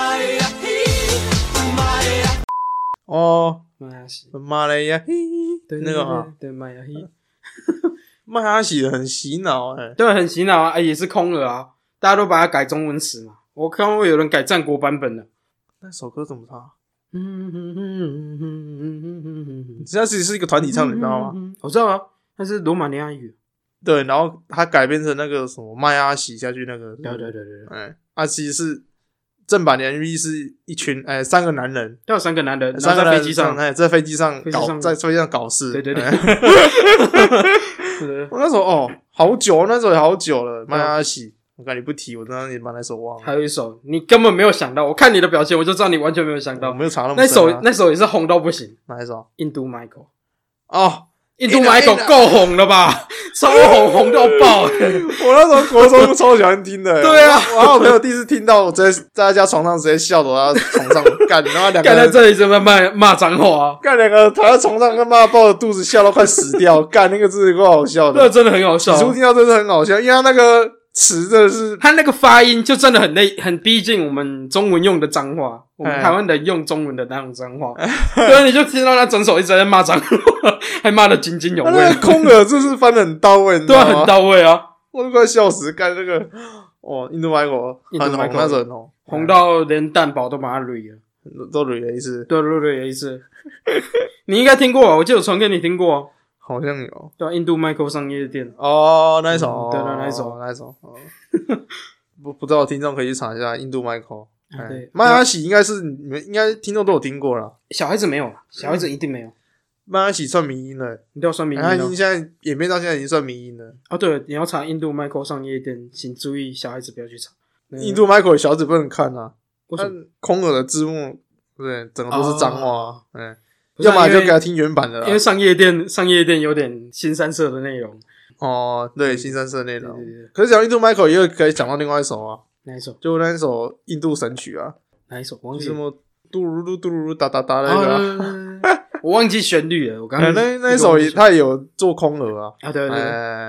哦，
麦阿喜，
马来亚嘿，
对
那个嘛，
对麦阿喜，
麦阿喜的很洗脑哎、欸，
对，很洗脑啊，欸、也是空耳啊，大家都把它改中文词嘛。我看过有人改战国版本的。
那首歌怎么唱？
嗯哼哼哼哼哼哼哼哼，
这其实是一个团体唱的，你知道吗？
我知道啊。那是罗马尼亚语，
对，然后他改编成那个什么麦阿喜下去那个，
对对对对，
哎，啊，其实是正版的 M V 是一群哎三个男人，
要有三个男人，
三个
在飞机上，
哎，在飞机上搞，
上
在飞机上搞事，
对对对。
我那时候哦，好久，那时候也好久了，麦阿喜，我看你不提，我真的也把那首忘了。
还有一首，你根本没有想到，我看你的表情，我就知道你完全没有想到，
我没有查那么
那首，那首也是红到不行。
哪一首？
印度 Michael。
哦。
印度 Michael 够红了吧？超红，红到爆！我
那时候国中超喜欢听的。
对啊，
我和我朋友第一次听到，我直接在他家床上直接笑着在床上干，然后两个
干在这里这么骂骂脏话，
干两个躺在床上跟妈抱着肚子笑到快死掉，干那个真的够好笑的，
那真的很好笑。
起初听到真的很好笑，因为他那个词真的是，
他那个发音就真的很类，很逼近我们中文用的脏话，我们台湾人用中文的那种脏话。对，你就听到他整首一直在骂脏话，还骂得津津有味。
那个空耳就是翻得很到位，你知道吗？
对，很到位啊！
我都快笑死，干那个哦，印度 Michael 很红，那时候很红，
红到连蛋堡都把它捋了，
都捋了一次，
对，捋了一次。你应该听过，我记得我传给你听过。
好像有，
对，印度 Michael 上夜店
哦，那一首，
嗯、对对，那一首，
那一首，哦、不不知道听众可以去查一下印度 Michael。
啊、对，
麦阿喜应该是你们应该听众都有听过啦，
小孩子没有，小孩子一定没有。
麦阿喜算迷因了，
你都要算迷因了，
他已经现在演变到现在已经算迷因了。
哦，对了，你要查印度 Michael 上夜店，请注意小孩子不要去查。
印度 Michael 小孩子不能看啊，
为什么？
空耳的字幕，对，整个都是脏话，嗯、哦。
要
么就给他听原版的啦，
因为上夜店上夜店有点新三色的内容。
哦，对，新三色内容。
对对对，
可是讲印度 Michael 也有可以讲到另外一首啊，
哪一首？
就那一首印度神曲啊，
哪一首？忘记
什么嘟噜噜嘟噜噜哒哒哒那个、
啊啊，我忘记旋律了。我刚刚、
欸、那那一首他也有做空耳啊，
啊，对对对，
哎，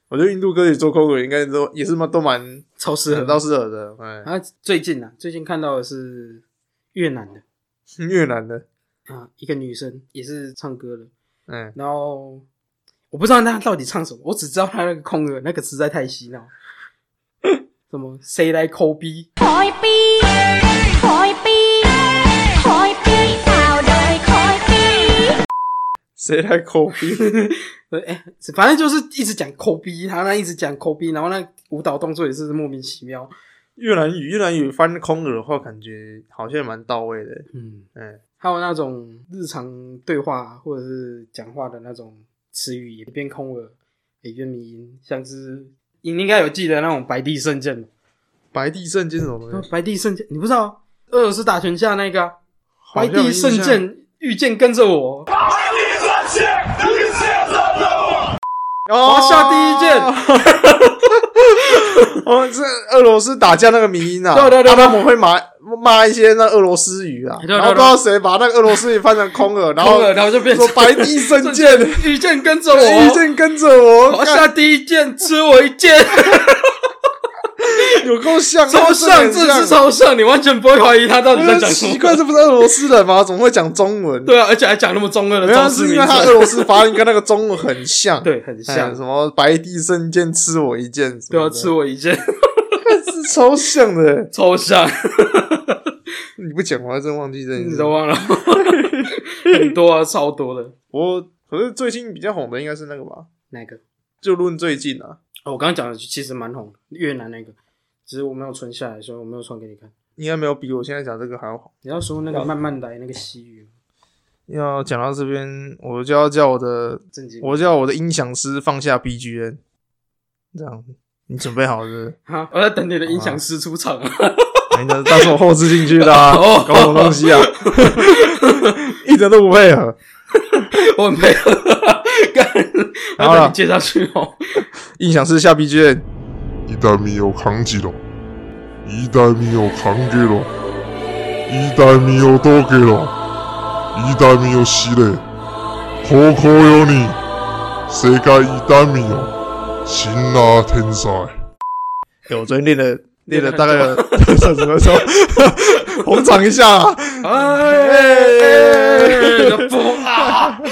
我觉得印度歌曲做空耳应该都也是蛮都蛮
超适合，
都适合的。哎，
啊，最近啊，最近看到的是越南的
越南的，
啊，一个女生也是唱歌的，
嗯，
然后我不知道她到底唱什么，我只知道她那个空耳那个实在太洗脑，什么谁来抠逼，
คอยปีคอยปีคอยปีสาวเลยคอยปี
谁来抠逼？
哎、欸，反正就是一直讲抠逼，他那一直讲抠逼，然后那舞蹈动作也是莫名其妙。
越南语，越南语翻空耳的话，感觉好像蛮到位的。
嗯，
嗯，
还有那种日常对话或者是讲话的那种词语，也变空耳，也变迷音，像是你应该有记得那种白帝圣剑，
白帝圣剑是什么东西？
白帝圣剑你不知道？俄罗斯打拳下那个、啊、白
好像有印象
帝圣剑，御剑跟着我。华夏第一剑，
哦，是俄罗斯打架那个迷音啊，
对对对对
他们会骂骂一些那俄罗斯语啊，
对对对
然后不知道谁把那个俄罗斯语翻成空耳，然后
空耳然后就变成
说白帝圣剑，
御剑跟着我，
御剑跟着我，
华夏第一剑，吃我一剑。
有够像，
超像，这是超像，你完全不会怀疑他到底在讲什么。
奇怪，这不是俄罗斯人吗？怎么会讲中文？
对啊，而且还讲那么中二的
没有，
招式名
是因为他俄
称。
罗斯发音跟那个中文很像，
对，很
哎
像。
什么白帝圣剑吃我一剑，
对啊，吃我一剑，
是超像的。
超像。
你不讲，我还真忘记这件事。
你都忘了，很多啊，超多的。
我可是最近比较红的应该是那个吧？
哪个？
就论最近啊，
哦，我刚刚讲的其实蛮红的，越南那个，只是我没有存下来，所以我没有传给你看。
应该没有比我现在讲这个还要红。
你要说那个慢慢来那个西语，
要讲到这边，我就要叫我的，
正经，
我叫我的音响师放下 B G M， 这样你准备好了是不是？
好，我在等你的音响师出场啊。
哎，那但是我后置进去的啊，
哦
搞什么东西啊？一点都不配合。
我很配合，干，
好了
然后你接下去哦。
音响师下 B G M，
痛みを感じろ。痛みを感じろ。痛みをどけろ。痛みを知れ。高校よに世界痛みを知んな天才。
欸、我昨天练了练了大概有三十分钟，捧场一下啊！
哎哎，不啊！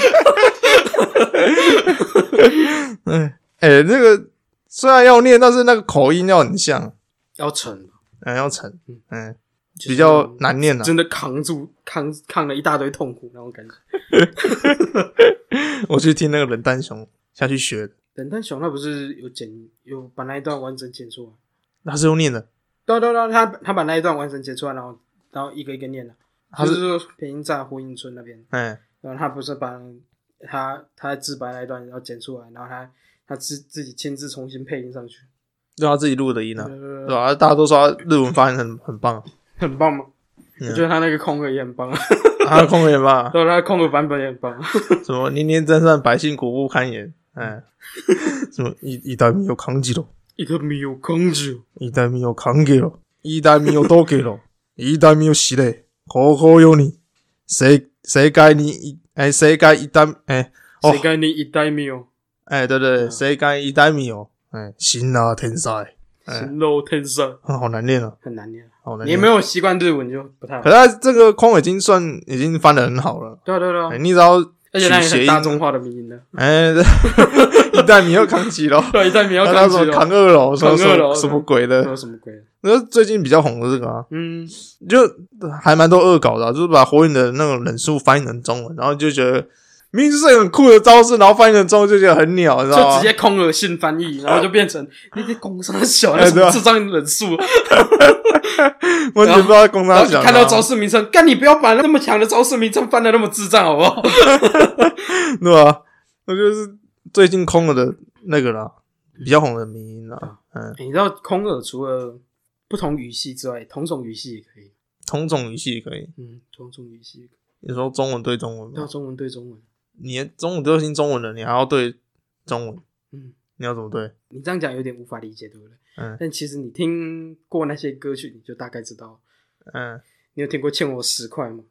哎哎，那个虽然要念，但是那个口音要很像，
要沉，
嗯，要沉，嗯，
就是
比较难念啊。
真的扛住扛扛了一大堆痛苦那种感觉。
我去听那个冷淡熊下去学的，
冷淡熊他不是有剪有把那一段完整剪出来？
他是用念的，
对对对，他他把那一段完整剪出来，然后然后一个一个念的。
他
就是是说平音站呼应村那边，
哎，
然后他不是把他他自白那一段然后剪出来，然后他他自自己亲自重新配音上去，
用他自己录的音啊，
对对对
对吧？大家都说他日文发音很很棒，
很棒吗？
嗯
我觉得他那个空耳也很棒，
他的空耳也棒，
对，他的空耳版本也很棒。
什么年年真善，百姓苦不堪言，哎，什么一一代米有扛起咯，
一个没有控制，
一代米有扛给咯，一代米有多给咯，一代米有死嘞，高校よに世世界にい哎世界一代哎哦
谁该你一代没有？
哎对对，世界一代米哦，哎新啊天才，哎
神肉天生
好难念啊，
很难念，
好难念。
你没有习惯日文就不太好
可。是他这个空已经算已经翻得很好了，
对啊对啊对
哎，
啊，
你只要
而且那也
取谐音
很大众化的迷音的，
哎，一代米又扛起咯，
对，一代没有
他
扛起了，
那什么扛二楼，说
扛二楼
什么鬼的，
说什么鬼？
那最近比较红的这个啊，
嗯，
就还蛮多恶搞的、啊，就是把火影的那种忍术翻译成中文，然后就觉得明明就是很酷的招式，然后翻译成中文就觉得很鸟，你知道吗？
就直接空耳性翻译，然后就变成你在攻杀小，
哎对啊
那什么智障忍术，
完全不知道攻
然
他讲。
后看到招式名称，干你不要把那么强的招式名称翻的那么智障好不好？
对吧？我就是最近空了的那个啦，比较红的迷音啦，嗯，
你知道空耳除了不同语系之外，同种语系也可以，
同种语系也可以。
嗯，同种语系也可以，
你说中文对中文吗？
要中文对中文，
你中文都听中文了，你还要对中文，
嗯，
你要怎么对？
你这样讲有点无法理解，对不对？
嗯
但其实你听过那些歌曲，你就大概知道。
嗯，
你有听过欠我十块吗？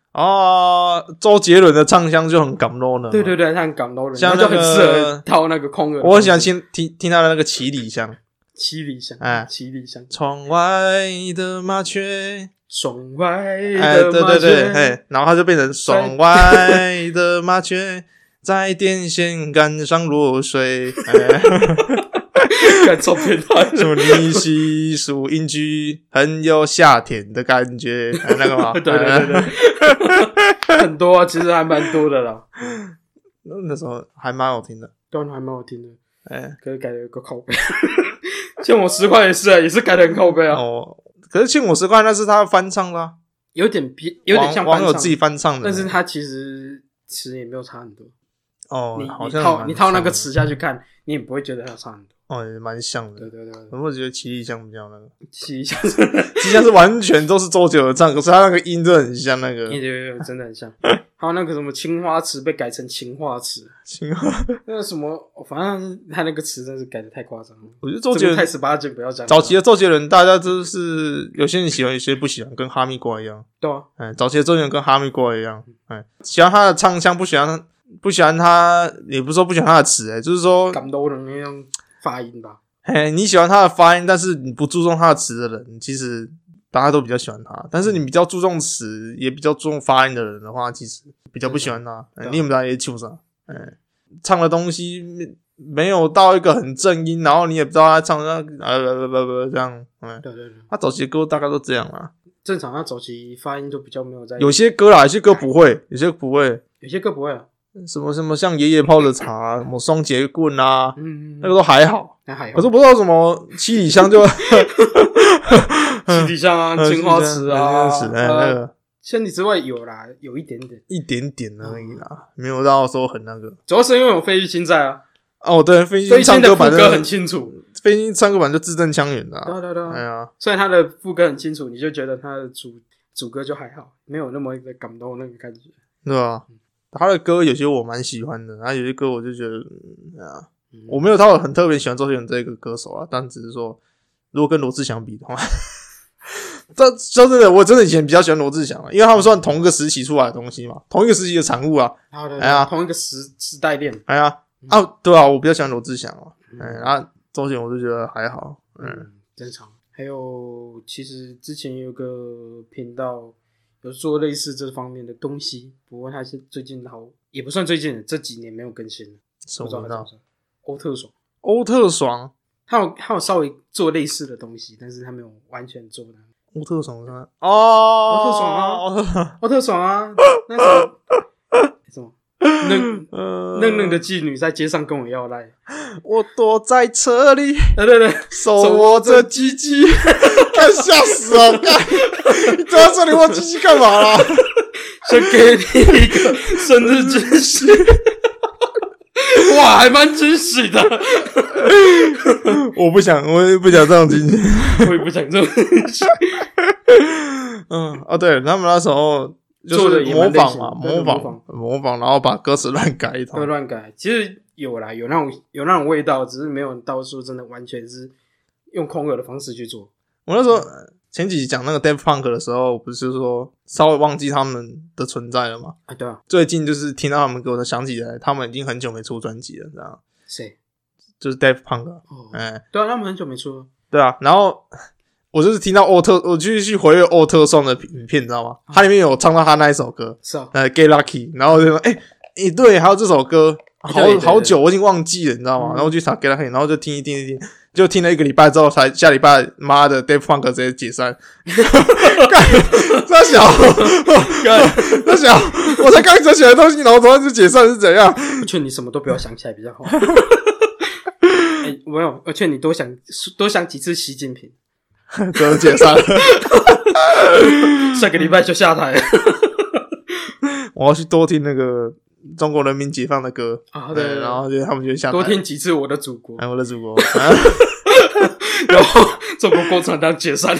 哦，周杰伦的唱腔就很感动了。
对对对，他很感动人，
像那个
他就很适合套那个空耳。
我很喜欢听听听他的那个七里香。
七里香，
哎
七里香，
窗外的麻雀，
爽外
哎，对对
的麻雀，
对，嘿，然后他就变成爽外的麻雀，在电线杆上落水。哎
干超变态的。
祝你细数音句，很有夏天的感觉。哎那个嘛，
对对对对，很多啊，其实还蛮多的啦。
那时候还蛮好听的。
对，还蛮好听的。
哎，
可是改了一个靠背，欠我十块也是啊，也是改的很靠背啊。
哦，可是欠我十块那是他翻唱的、啊，
有点偏，有点像翻唱
网友自己翻唱的，
但是他其实词也没有差很多。
哦，
你
好像
你套你套那个
词，
词下去看，你也不会觉得它差很多。
哦，也蛮像的。
对对对对，
我觉得奇力香比较那个，
七像
奇力香是完全都是周杰伦唱，可是他那个音真的很像那个
对对对，真的很像。还有那个什么青花瓷被改成情话词，
青花。
那个什么，反正他那个词真是改的太夸张了。
我觉得周杰伦
这个太十八禁，不要讲。
早期的周杰伦，大家都是有些人喜欢，有些人不喜欢，跟哈密瓜一样。
对啊，
哎，早期的周杰伦跟哈密瓜一样，哎，喜欢他的唱腔，不喜欢不喜欢他，也不是说不喜欢他的词，哎，就是说，
感动人那种发音吧。
哎，你喜欢他的发音，但是你不注重他的词的人，其实大家都比较喜欢他。但是你比较注重词，也比较注重发音的人的话，其实比较不喜欢他。哎你有没有也求啥？哎，唱的东西没有到一个很正音，然后你也不知道他唱的呃不不不不这样。嗯，
对对对，
他早期的歌大概都这样啦。
正常他早期发音就比较没有在，
有些歌啦，有些歌不会，有些不会。
有些歌不会啊。
什么什么像爷爷泡的茶，什么双节棍啊，
嗯，
那个都还好。
那还好。
可是不知道什么七里香就
七里香啊，青花瓷啊，
青花瓷哎那个
千里之外有啦，有一点点，
一点点而已啦，没有到说很那个。
主要是因为有费玉清在啊，
哦，对，飞
费玉清的
机唱歌版
副歌很清楚，
飞机唱歌版就字正腔圆的、啊。
对对对，
哎呀，
虽然他的副歌很清楚，你就觉得他的主主歌就还好，没有那么一个感动那个感觉。
对吧？他的歌有些我蛮喜欢的，然后有些歌我就觉得，嗯啊，我没有到很特别喜欢周杰伦这个歌手啊，但只是说，如果跟罗志祥比的话，这说真的，我真的以前比较喜欢罗志祥啊，因为他们算同一个时期出来的东西嘛，同一个时期的产物啊。
啊，对，
哎呀
同一个时时代链，
哎呀，啊，对啊，我比较喜欢罗志祥啊，哎，然后周杰伦我就觉得还好，嗯，
嗯，正常。还有，其实之前有个频道有做类似这方面的东西，不过他是最近好也不算最近的，这几年没有更新了。
什么频道
不知道他知？不知道欧特爽，
欧特爽，
他有他有稍微做类似的东西，但是他没有完全做的。
欧特爽是吗？哦，
欧特爽啊
欧特爽，
欧特爽啊，那什么什么嫩
呃
嫩嫩的妓女在街上跟我要赖，
我躲在车里，
对对对，
手握着鸡鸡，干吓死了！干，你坐在这里握鸡鸡干嘛啦？
想给你一个生日惊喜。哇，还蛮惊喜的。
我不想，我也不想这种惊喜。
我也不想这种惊喜。
嗯，哦，对，他们那时候就是
做得也
模仿嘛，
蛮类型的
模仿
对模仿，
模仿，然后把歌词乱改一通
会。乱改，其实有啦，有那种有那种味道，只是没有到说真的完全是用空耳的方式去做。
我那时候前几集讲那个 Daft Punk 的时候，不是说稍微忘记他们的存在了吗？
啊，对啊，
最近就是听到他们歌，我才想起来，他们已经很久没出专辑了，这样
谁？
就是 Daft Punk，
哦，
哎、
对啊，他们很久没出了。
对啊，然后我就是听到奥特，我继续去回味奥特颂的影片，你知道吗？它里面有唱到他那一首歌，
是啊，
呃，Get Lucky，然后我就说，哎、欸，诶、对，还有这首歌，好
对对对
好久，我已经忘记了，你知道吗？
嗯
然后我去查 Get Lucky，然后就听一听一听，就听了一个礼拜之后，才下礼拜，妈的 Daft Punk 直接解散，干，这小，干，这小，我才刚折起来的东西，然后突然就解散是怎样？
我劝你什么都不要想起来比较好。哎、没有，我劝你多想多想几次习近平，
真的解散了，
下个礼拜就下台了。
我要去多听那个中国人民解放的歌
啊对对对
然后就他们就下台
多听几次我的祖国，
哎，我的祖国。
然后中国共产党解散。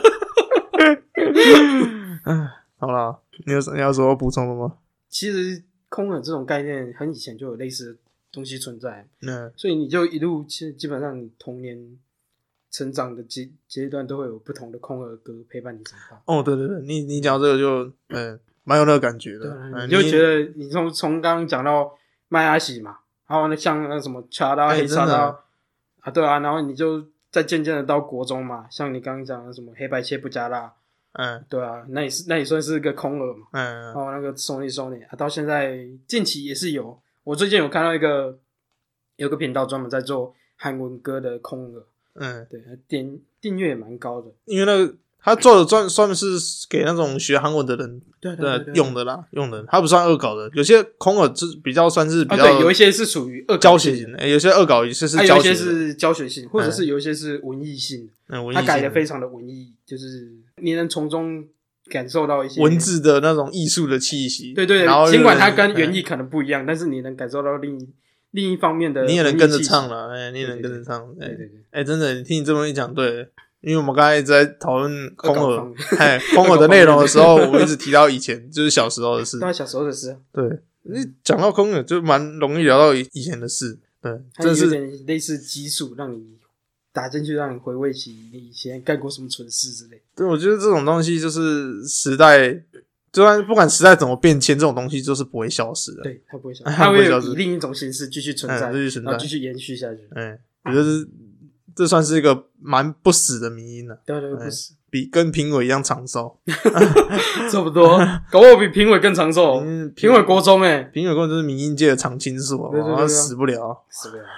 好啦，你有你有什么补充的吗？
其实空耳这种概念很以前就有类似的东西存在，
嗯，
所以你就一路其实基本上你童年成长的阶阶段都会有不同的空耳歌陪伴你长大。
哦，对对对，你你讲这个就，嗯， 蛮有那个感觉的。
对，
嗯
你就觉得你从从刚刚讲到麦阿喜嘛，还有那像那什么查到
哎
黑茶
真的
到啊，对啊，然后你就再渐渐的到国中嘛，像你刚刚讲的什么黑白切不加辣，
嗯
对啊，那也是那也算是个空耳嘛。
嗯
然后那个 Sony Sony 啊，到现在近期也是有，我最近有看到一个有个频道专门在做韩文歌的空耳，
嗯，
对，点订阅也蛮高的，
因为那个他做的算算是给那种学韩文的人
对对
的
对对
用的啦，用的，他不算恶搞的。有些空耳是比较算是比
啊，
较
对，有一些是属于恶搞性的
教学型的，欸有些恶搞也是是
啊，有一些
教学的，
是教学性，或者是有一些是文艺性的，
嗯，文艺
他改的
性
非常的文艺，就是你能从中感受到一些
文，字的那种艺术的气息。
对对
然后
对，尽管它
嗯
跟原意可能不一样，但是你能感受到另一另一方面的，
你也能跟着唱，了，哎，你也能跟着唱，哎
对对对，
哎，真的，你听你这么一讲，对，因为我们刚才一直在讨论空耳
恶搞方面，
哎，空耳的内容的时候，我一直提到以前就是小时候的事
对，啊，小时候的事，
对，你讲到空耳就蛮容易聊到以以前的事，对，
它有
真是
点类似激素，让你打进去，让你回味起你以前干过什么蠢事之类。
对，我觉得这种东西就是时代，就算不管时代怎么变迁，这种东西就是不会消失的。
对，它不会消，
它
它会
不会消失
以另一种形式继续存在，
嗯继续存在
然后继续延续下去。
哎，我觉得这这算是一个蛮不死的迷因了，
对对，
哎
不是，
比跟评委一样长寿。
差不多，搞不好比评委更长寿。
嗯
评委国中哎，
评委根本就是迷因界的常青树，好不好
对对对对
他死不了。
是不是？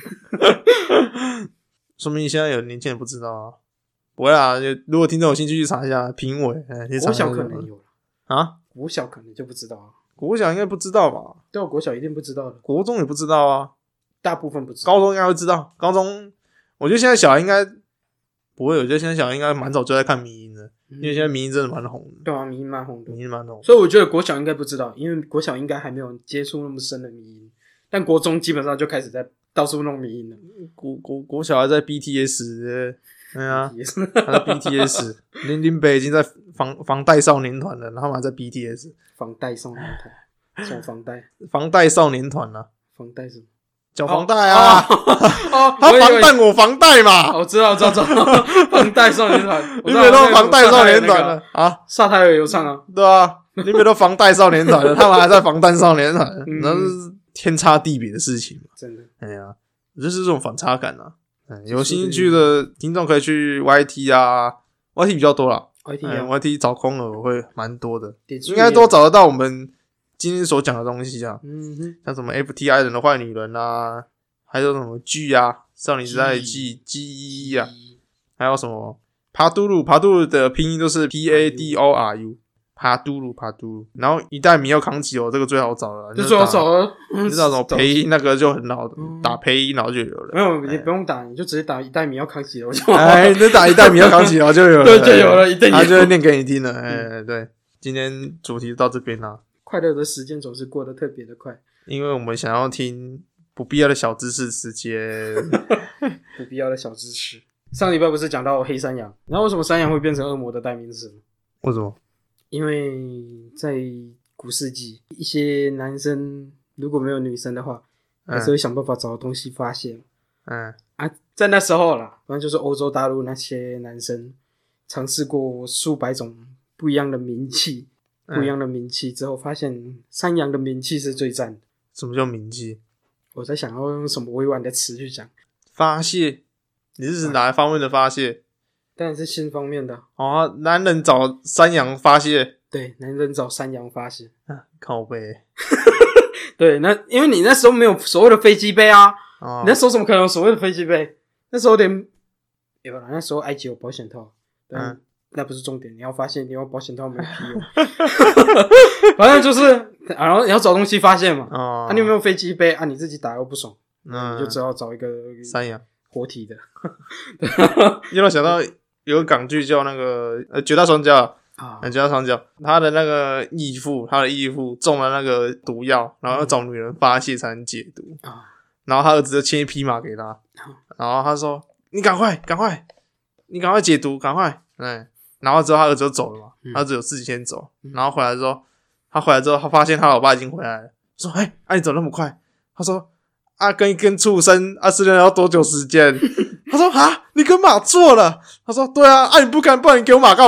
说明现在有年轻人不知道啊。不会啦，就如果听众有兴趣去查一下评委，哎，去查
国
一下
小可能有了，
啊，
国小可能就不知道了。
国小应该不知道吧？
对啊，国小一定不知道的，
国中也不知道啊。
大部分不知道。
高中应该会知道，高中我觉得现在小孩应该不会，我觉得现在小孩应该蛮早就在看迷因了，因为现在迷因真的蛮红的，
对啊，迷因蛮红的
迷，因蛮红的。
所以我觉得国小应该不知道，因为国小应该还没有接触那么深的迷因，但国中基本上就开始在到处弄迷因了。
国国国小还在 B T S，对啊，
也是
还在 B T S，林林北已经在房房贷少年团了，然后他们还在 B T S，
房贷送年台，送房贷，
房贷少年团啊，
房贷什么？
缴房贷啊，
哦，
他
我以为
房贷我房贷嘛，
哦我知道，知道，知道，房贷少年团，我
你们都
知道那个
房贷少年团
沙泰那个
了啊，
沙泰尔有唱啊，
对啊，你们都房贷少年团了，他们还在房贷少年团，
嗯
那是天差地别的事情嘛。
真的，
哎呀，就是这种反差感啊。嗯，有兴趣的听众可以去 Y T 啊 ，Y T 比较多啦。
Y T
嗯
啊，
，Y T 找空耳会蛮多的，
点数
应该都找得到我们今天所讲的东西啊，
嗯哼，
像什么 F T I 人的坏女人啊，还有什么 G 啊，少女时代的 G G E E 啊，还有什么爬嘟噜，爬嘟噜的拼音都是 P A D O R U， 爬嘟噜爬嘟噜，然后一代米要扛起哦，这个最好找了，
就最好找
了，
了，
你知道什么配音那个就很好
嗯
打配音，然后就有了。
没有，你不用打，你就直接打一代米要康熙了，我就好了。
哎，你打一代米要扛起，然后就有了，
对就有了一定有
他就会念给你听了。哎，对，今天主题就到这边啦，
快乐的时间总是过得特别的快，
因为我们想要听不必要的小知识时间。
不必要的小知识。上礼拜不是讲到黑山羊，然后为什么山羊会变成恶魔的代名词吗？
为什么？
因为在古世纪，一些男生如果没有女生的话，还是会想办法找东西发泄。
嗯
啊，在那时候啦，反正就是欧洲大陆那些男生尝试过数百种不一样的名器，
嗯
不一样的名器之后，发现山羊的名器是最赞的。
什么叫名气？
我在想要用什么委婉的词去讲，
发泄？你是指哪一方面的发泄？
当然是性方面的。
哦，男人找山羊发泄，
对，男人找山羊发泄。
啊靠背
对，那因为你那时候没有所谓的飞机杯啊，
哦
你那时候怎么可能有所谓的飞机杯？那时候连有啦，那时候埃及有保险套，但
嗯
那不是重点，你要发现你有保险套没屁用。反正就是，啊然后你要找东西发现嘛。
哦，
啊，你有没有飞机杯啊？你自己打又不爽，
嗯
你就只好找一个
山羊？
活体的
你有没有想到有个港剧叫那个呃《绝代双骄》？
啊
《绝代双骄》他的那个义父，他的义父中了那个毒药，然后要找女人发泄才能解毒，
啊
然后他儿子就牵一匹马给他，然后他说：“你赶快，赶快，你赶快解毒，赶快！”哎，然后之后他儿子就走了嘛，
嗯
他儿子有自己先走，然后回来之后，他回来之后，他发现他老爸已经回来了，说：“哎，啊你走那么快？”他说：“啊，跟一根畜生啊，试炼要多久时间？”他说：“啊，你跟马做了？”他说：“对啊，啊你不敢，不然你给我马干嘛？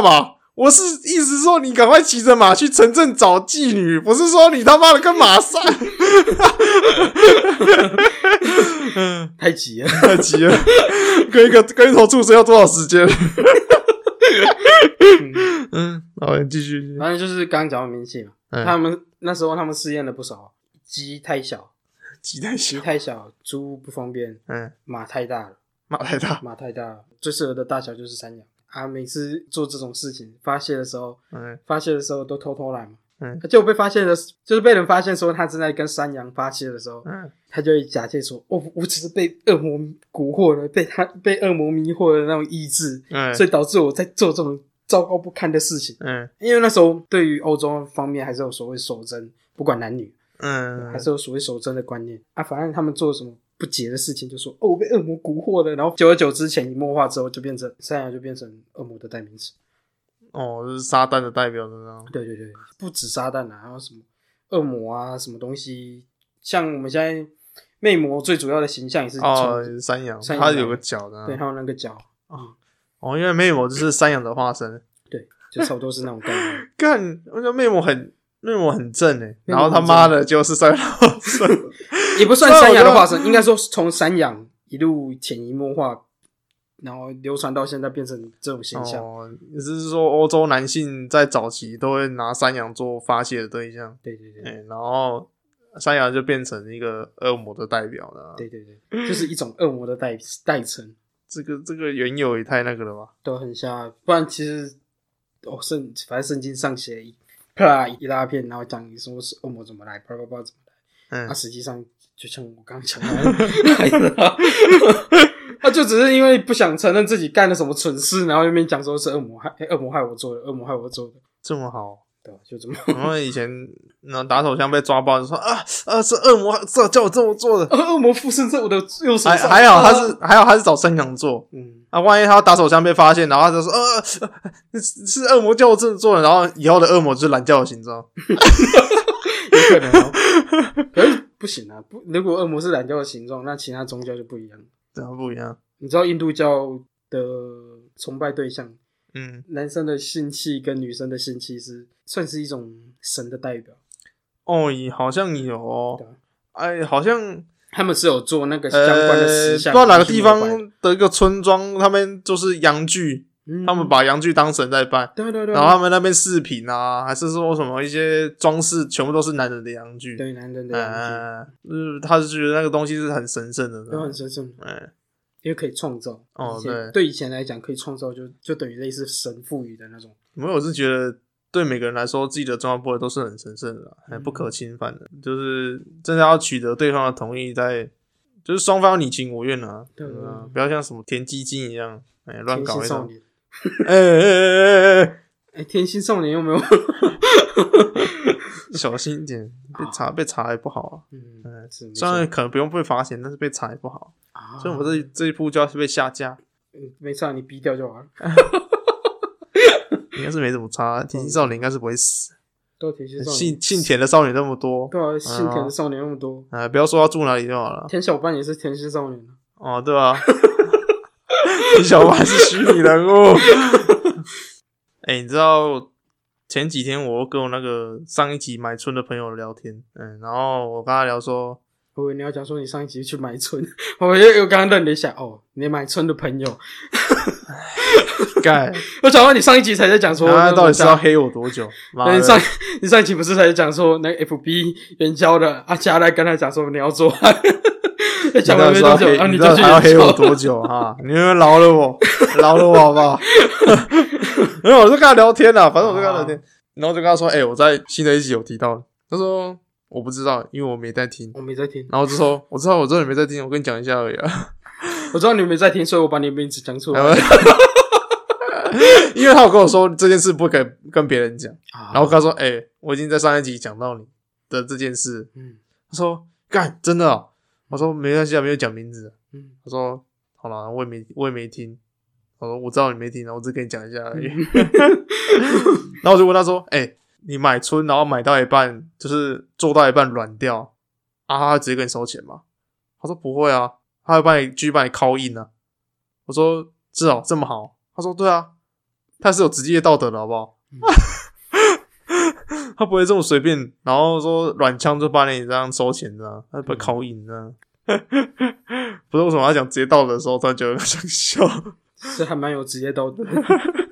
我是意思说你赶快骑着马去城镇找妓女，不是说你他妈的跟马上。
太急了，
太急了，跟一个跟一头畜生要多少时间？嗯，好，你继续。
反正就是刚刚讲到名气嘛，
嗯
他们那时候他们试验了不少，鸡太小，
鸡太小
鸡，太小，猪不方便，
嗯，
马太大了，
马太大，
马太大了，最适合的大小就是山羊啊。每次做这种事情发泄的时候，
嗯
发泄的时候都偷偷来嘛，
嗯
结果被发现的，就是被人发现说他正在跟山羊发泄的时候，
嗯，
他就会假借说，哦，我只是被恶魔蛊惑了，被他被恶魔迷惑的那种意志，
嗯，
所以导致我在做这种糟糕不堪的事情。
嗯
因为那时候对于欧洲方面还是有所谓守贞，不管男女，
嗯，
还是有所谓守贞的观念啊。反正他们做了什么不洁的事情，就说哦，我被恶魔蛊惑了。然后久而久之，潜移默化之后，就变成山羊就变成恶魔的代名词。
哦，就是撒旦的代表的那种。
对对对，不止撒旦啊，还有什么恶魔啊，什么东西。像我们现在魅魔最主要的形象也是
哦，
从
山羊，
山羊
它有个角的啊。
对，还有那个角，
哦，因为魅魔就是山羊的化身。
对，就差不多是那种概念。
干，我觉得魅魔很魅魔很正诶，然后
魅魔很正
他妈的就是山羊的化身。
也不算山羊的化身，应该说从山羊一路潜移默化，然后流传到现在变成这种现象。
哦，也就是说欧洲男性在早期都会拿山羊做发泄的对象，
对对对、
欸、然后山羊就变成一个恶魔的代表了。
对对对，就是一种恶魔的代代称，
这个这个缘由也太那个了吧？
都很像。不然其实哦，圣反正圣经上写一啪一大片，然后讲你说是恶魔怎么来，啪啪啪怎么来，
嗯，
那、啊、实际上就像我刚刚讲的，来的。他就只是因为不想承认自己干了什么蠢事，然后那边讲说是恶魔害，欸、恶魔害我做的，恶魔害我做的，
这么好。
对吧？就这么。
然后以前那打手枪被抓包就说啊啊是恶魔这叫我这么做的，
恶魔附身在我的右手
还
上，
还好他是还好他是找山羊做。
嗯，
啊，万一他打手枪被发现，然后他就说呃呃是是恶魔叫我这么做的，然后以后的恶魔就是懒觉的形状。
有可能、哦，可是不行啊！不，如果恶魔是懒觉的形状，那其他宗教就不一样。
这样不一样。
你知道印度教的崇拜对象，
嗯，
男生的性器跟女生的性器是算是一种神的代表。
哦，也好像有哦
对啊，
哎，好像
他们是有做那个相
呃，
关的
不
石像，
知道哪个地方的一个村庄，他们就是羊具，
嗯
他们把羊具当神在拜。
对对对，
然后他们那边饰品啊，还是说什么一些装饰，全部都是男人的羊具。
对男人的阳
呃，就是他是觉得那个东西是很神圣的，
具都很神圣，
哎，
因为可以创造。以前
哦对
对以前来讲，可以创造就就等于类似神赋予的那种。
因为我是觉得对每个人来说，自己的重要部位都是很神圣的啦，
嗯
很不可侵犯的，就是真的要取得对方的同意在，就是双方你情我愿啊，
对
啊，不要像什么填基金一样，哎，乱
天
搞一通，
心少年，
哎哎哎哎哎，
哎，天心少年有没有？
小心一点，被查被查也不好啊。
嗯，
嗯，
是没
虽然
错
可能不用被罚钱，但是被查也不好，
啊
所以我们这这一步就要是被下架，
嗯没事啊，你逼掉就好了。
应该是没怎么差，甜心少年应该是不会死，
都天心少年，
姓姓田的少年那么多，
对啊，姓田的少年那么多，
哎，不要说要住哪里就好了。
田小班也是天心少年啊。
哦，对啊，田小班是虚拟人物。哎、欸，你知道前几天我跟我那个上一集买春的朋友聊天，嗯，然后我跟他聊说，
我以为你要讲说你上一集去买春，我又又刚刚愣了一下，哦，你买春的朋友，
干，
我想问你上一集才在讲说，
他到底是要黑我多久？妈的
你上你上一集不是才在讲说那个 F B 援交的啊，加来跟他讲说你要做爱，讲完没多久，啊，
你
你就去
知道还要黑
援交
我多久啊？你们饶了我，饶了我好不好？没有，我就跟他聊天啦，反正我就跟他聊天，然后就跟他说，哎、欸，我在新的一集有提到，他说我不知道，因为我没在听，
我没在听，
然后我就说我知道，我知道你没在听，我跟你讲一下而已啊。
我知道你没在听，所以我把你的名字讲出来。
因为他有跟我说这件事不可以跟别人讲，
啊
然后我跟他说，哎、欸，我已经在上一集讲到你的这件事。
嗯
他说干真的哦，我说没关系啊，没有讲名字。
嗯，
他说好啦，我也没我也没听。我说我知道你没听，然后我只跟你讲一下而已。然后我就问他说，哎、欸，你买春然后买到一半，就是做到一半软掉啊，他会直接跟你收钱吗？他说不会啊，他会帮你继续帮你拷印啊。我说是哦，这么好？他说对啊。 他是有职业道德的好不好？
嗯
他不会这么随便，然后说软枪就把你这样收钱这样，他不会考赢这样。不是为什么他讲职业道德的时候，突然觉得想笑。
是还蛮有职业道德的。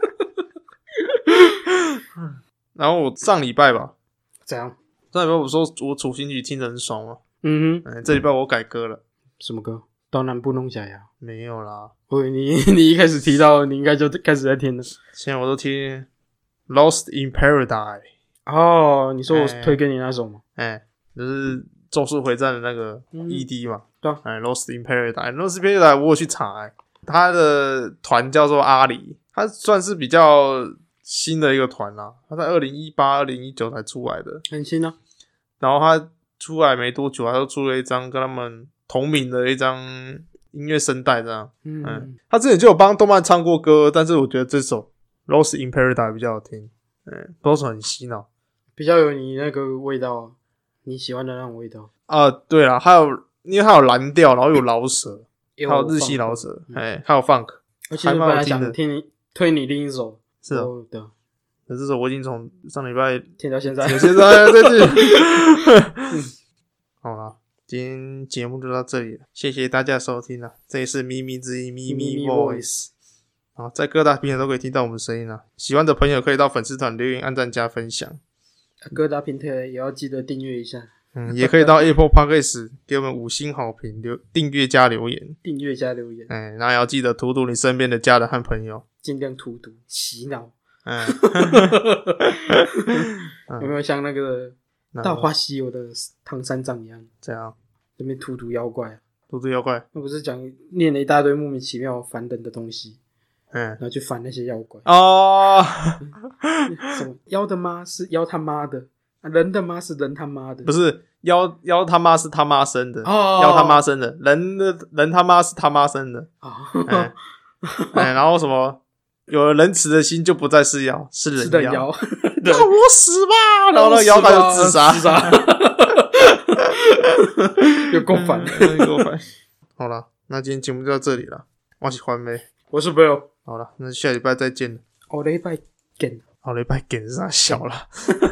然后我上礼拜吧，
怎样？
上礼拜我说我处心曲听得很爽嘛，
嗯哼，
嗯，这礼拜我改歌了，
什么歌？到南部弄假牙。
没有啦，
我以为你你一开始提到，你应该就开始在听了。
现在我都听 Lost in Paradise，
哦，你说我
哎
推给你那首吗？
哎，就是咒术回战的那个
嗯
E D 嘛，
对啊
哎 Lost in Paradise，Lost in Paradise 我有去查、欸，他的团叫做阿里，他算是比较新的一个团啦，他在二零一八、二零一九才出来的，
很新啊。
然后他出来没多久，他就出了一张跟他们同名的一张音乐声带，这样。
嗯，
嗯，他之前就有帮动漫唱过歌，但是我觉得这首《Lost in Paradise》比较好听，嗯，都是很洗脑
比较有你那个味道，你喜欢的那种味道。
啊。对啦，还有因为它有蓝调，然后有饶舌，
也
还有日系饶舌，
嗯
哎、还有 funk，
而且
还
我本来想
蛮好听的。
听你推你另一首，
是哦
哦，对，
可是这首我已经从上礼拜
听到现在。
现在再见。好啦，今天节目就到这里了，谢谢大家的收听啦。这里是咪咪之音咪咪 Voice， 好，在各大平台都可以听到我们的声音啦。喜欢的朋友可以到粉丝团留言、按赞、加分享。
各大平台也要记得订阅一下，
嗯，也可以到 Apple Podcast 给我们五星好评、留订阅加留言。
订阅加留言，
哎，然后也要记得荼毒你身边的家人和朋友。
尽量荼毒洗脑。
嗯，
有没有像那个
那
《大话西游》的唐三藏一样，
这样
这边荼毒妖怪啊？
荼毒妖怪。
那不是讲念了一大堆莫名其妙烦人的东西，
嗯
然，后去烦那些妖怪。
哦，
什么妖的妈是妖他妈的，啊人的妈是人他妈的，
不是妖妖他妈是他妈生的，
哦
妖他妈生的，人的人他妈是他妈生的。
啊，
哎哎，然后什么有了仁慈的心就不再是妖，是
是
人妖。
的妖，对
让我死吧！然后那个妖怪就自杀，
自杀，有够烦。
嗯有够烦。好了，那今天节目就到这里了。我是欢妹，
我是 Bill，
好了，那下礼拜再见了。
我礼拜见。
好礼拜给啥小了？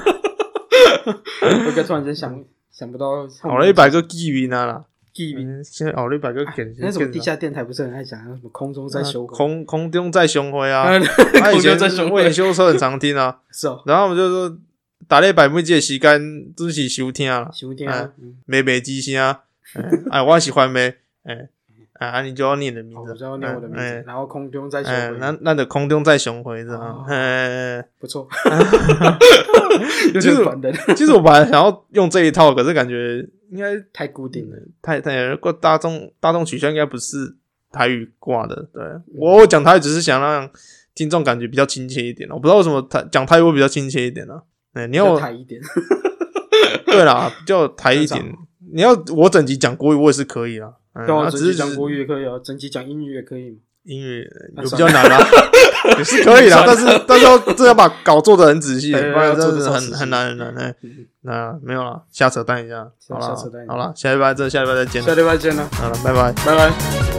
我刚突然间想想不到，
好礼拜个记名啊啦。
地名。
嗯现在好礼拜个给
那什么地下电台不是很爱讲，什么空中在修
空空中在雄辉啊。
啊，
他以
空中
前
在修
我以前修车很常听啊，
是哦，
然后我们就说打礼拜每节时间准时收听啦，
修电啊，嗯
美美之声啊，哎，哎我喜欢咩？哎，啊，你就要念你的名字，
哦我知道念我的名
哎
字，然后空中在修
哎，
回，
那那的空中在雄辉这样
哦，
哎，
不错，有
其实
点烦人，
其实我本来想要用这一套，可是感觉应该
太固定了。
太太过大众大众取向应该不是台语挂的，对我讲台语只是想让听众感觉比较亲切一点，我不知道为什么台讲台语会比较亲切一点呢？哎，你
比
要
较台一点，
对啦，比较台一
正
点。你要我整集讲国语，我也是可以啦。嗯，
对啊，
那只是
整集讲国语也可以啊，整集讲英语也可以嘛。
英语
啊
有比较难啦，也是可以啦，但是但是要这要把稿做得很仔细，不
对
然
要做
真的是很
得超仔细
很难很难。哎，
嗯
那没有啦，瞎扯淡一下，好了
瞎扯淡一下
好了，下礼拜这下礼拜再见了
下，礼拜见了，
好了，拜拜。
拜拜。